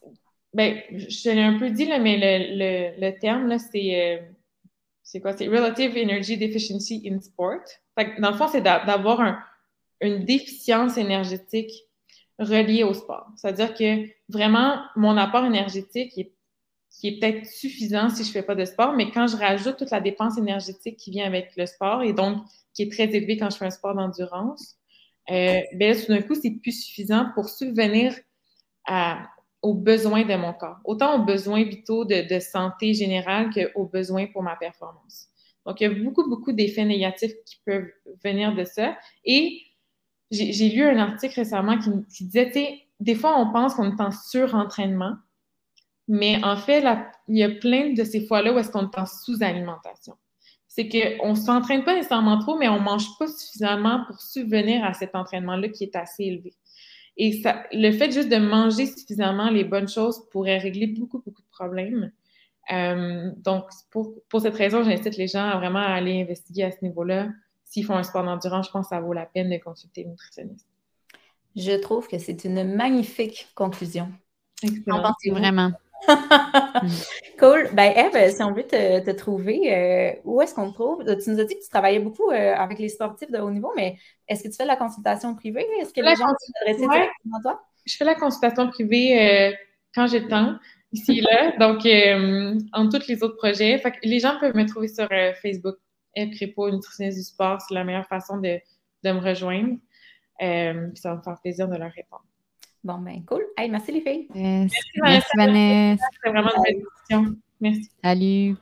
[SPEAKER 3] te l'ai un peu dit, là, mais le terme, là, c'est quoi? C'est Relative Energy Deficiency in Sport. Fait que, dans le fond, c'est d'avoir une déficience énergétique reliée au sport. C'est-à-dire que vraiment, mon apport énergétique est qui est peut-être suffisant si je fais pas de sport, mais quand je rajoute toute la dépense énergétique qui vient avec le sport et donc qui est très élevée quand je fais un sport d'endurance, ben là, tout d'un coup, c'est plus suffisant pour subvenir aux besoins de mon corps. Autant aux besoins vitaux de santé générale qu'aux besoins pour ma performance. Donc, il y a beaucoup, beaucoup d'effets négatifs qui peuvent venir de ça. Et j'ai lu un article récemment qui disait, tu sais, des fois, on pense qu'on est en surentraînement, mais en fait, il y a plein de ces fois-là où est-ce qu'on est en sous-alimentation. C'est qu'on ne s'entraîne pas nécessairement trop, mais on ne mange pas suffisamment pour subvenir à cet entraînement-là qui est assez élevé. Et le fait juste de manger suffisamment les bonnes choses pourrait régler beaucoup, beaucoup de problèmes. Donc, pour cette raison, j'incite les gens à vraiment aller investiguer à ce niveau-là. S'ils font un sport d'endurance, je pense que ça vaut la peine de consulter une nutritionniste.
[SPEAKER 1] Je trouve que c'est une magnifique conclusion.
[SPEAKER 3] Excellent.
[SPEAKER 1] En pensez-vous?
[SPEAKER 2] Vraiment.
[SPEAKER 1] Cool. Ben, Eve, si on veut te trouver, où est-ce qu'on te trouve? Tu nous as dit que tu travaillais beaucoup avec les sportifs de haut niveau, mais est-ce que tu fais de la consultation privée? Est-ce que les gens peuvent s'adresser directement à toi?
[SPEAKER 3] Je fais la consultation privée quand j'ai le temps, ici et là. Donc, en tous les autres projets. Fait que les gens peuvent me trouver sur Facebook. Eve Crépeau, nutritionniste du sport, c'est la meilleure façon de me rejoindre. Puis ça va me faire plaisir de leur répondre.
[SPEAKER 1] Bon, ben, cool. Hey, merci les filles.
[SPEAKER 2] Yes. Merci Vanessa.
[SPEAKER 3] C'est vraiment une belle discussion. Merci.
[SPEAKER 2] Salut.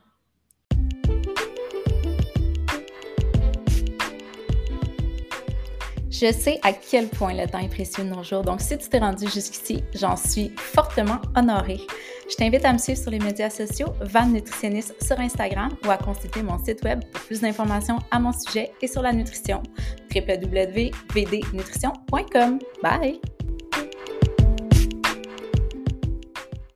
[SPEAKER 1] Je sais à quel point le temps est précieux de nos jours, donc si tu t'es rendu jusqu'ici, j'en suis fortement honorée. Je t'invite à me suivre sur les médias sociaux, Van Nutritionniste sur Instagram ou à consulter mon site web pour plus d'informations à mon sujet et sur la nutrition, www.vdnutrition.com. Bye!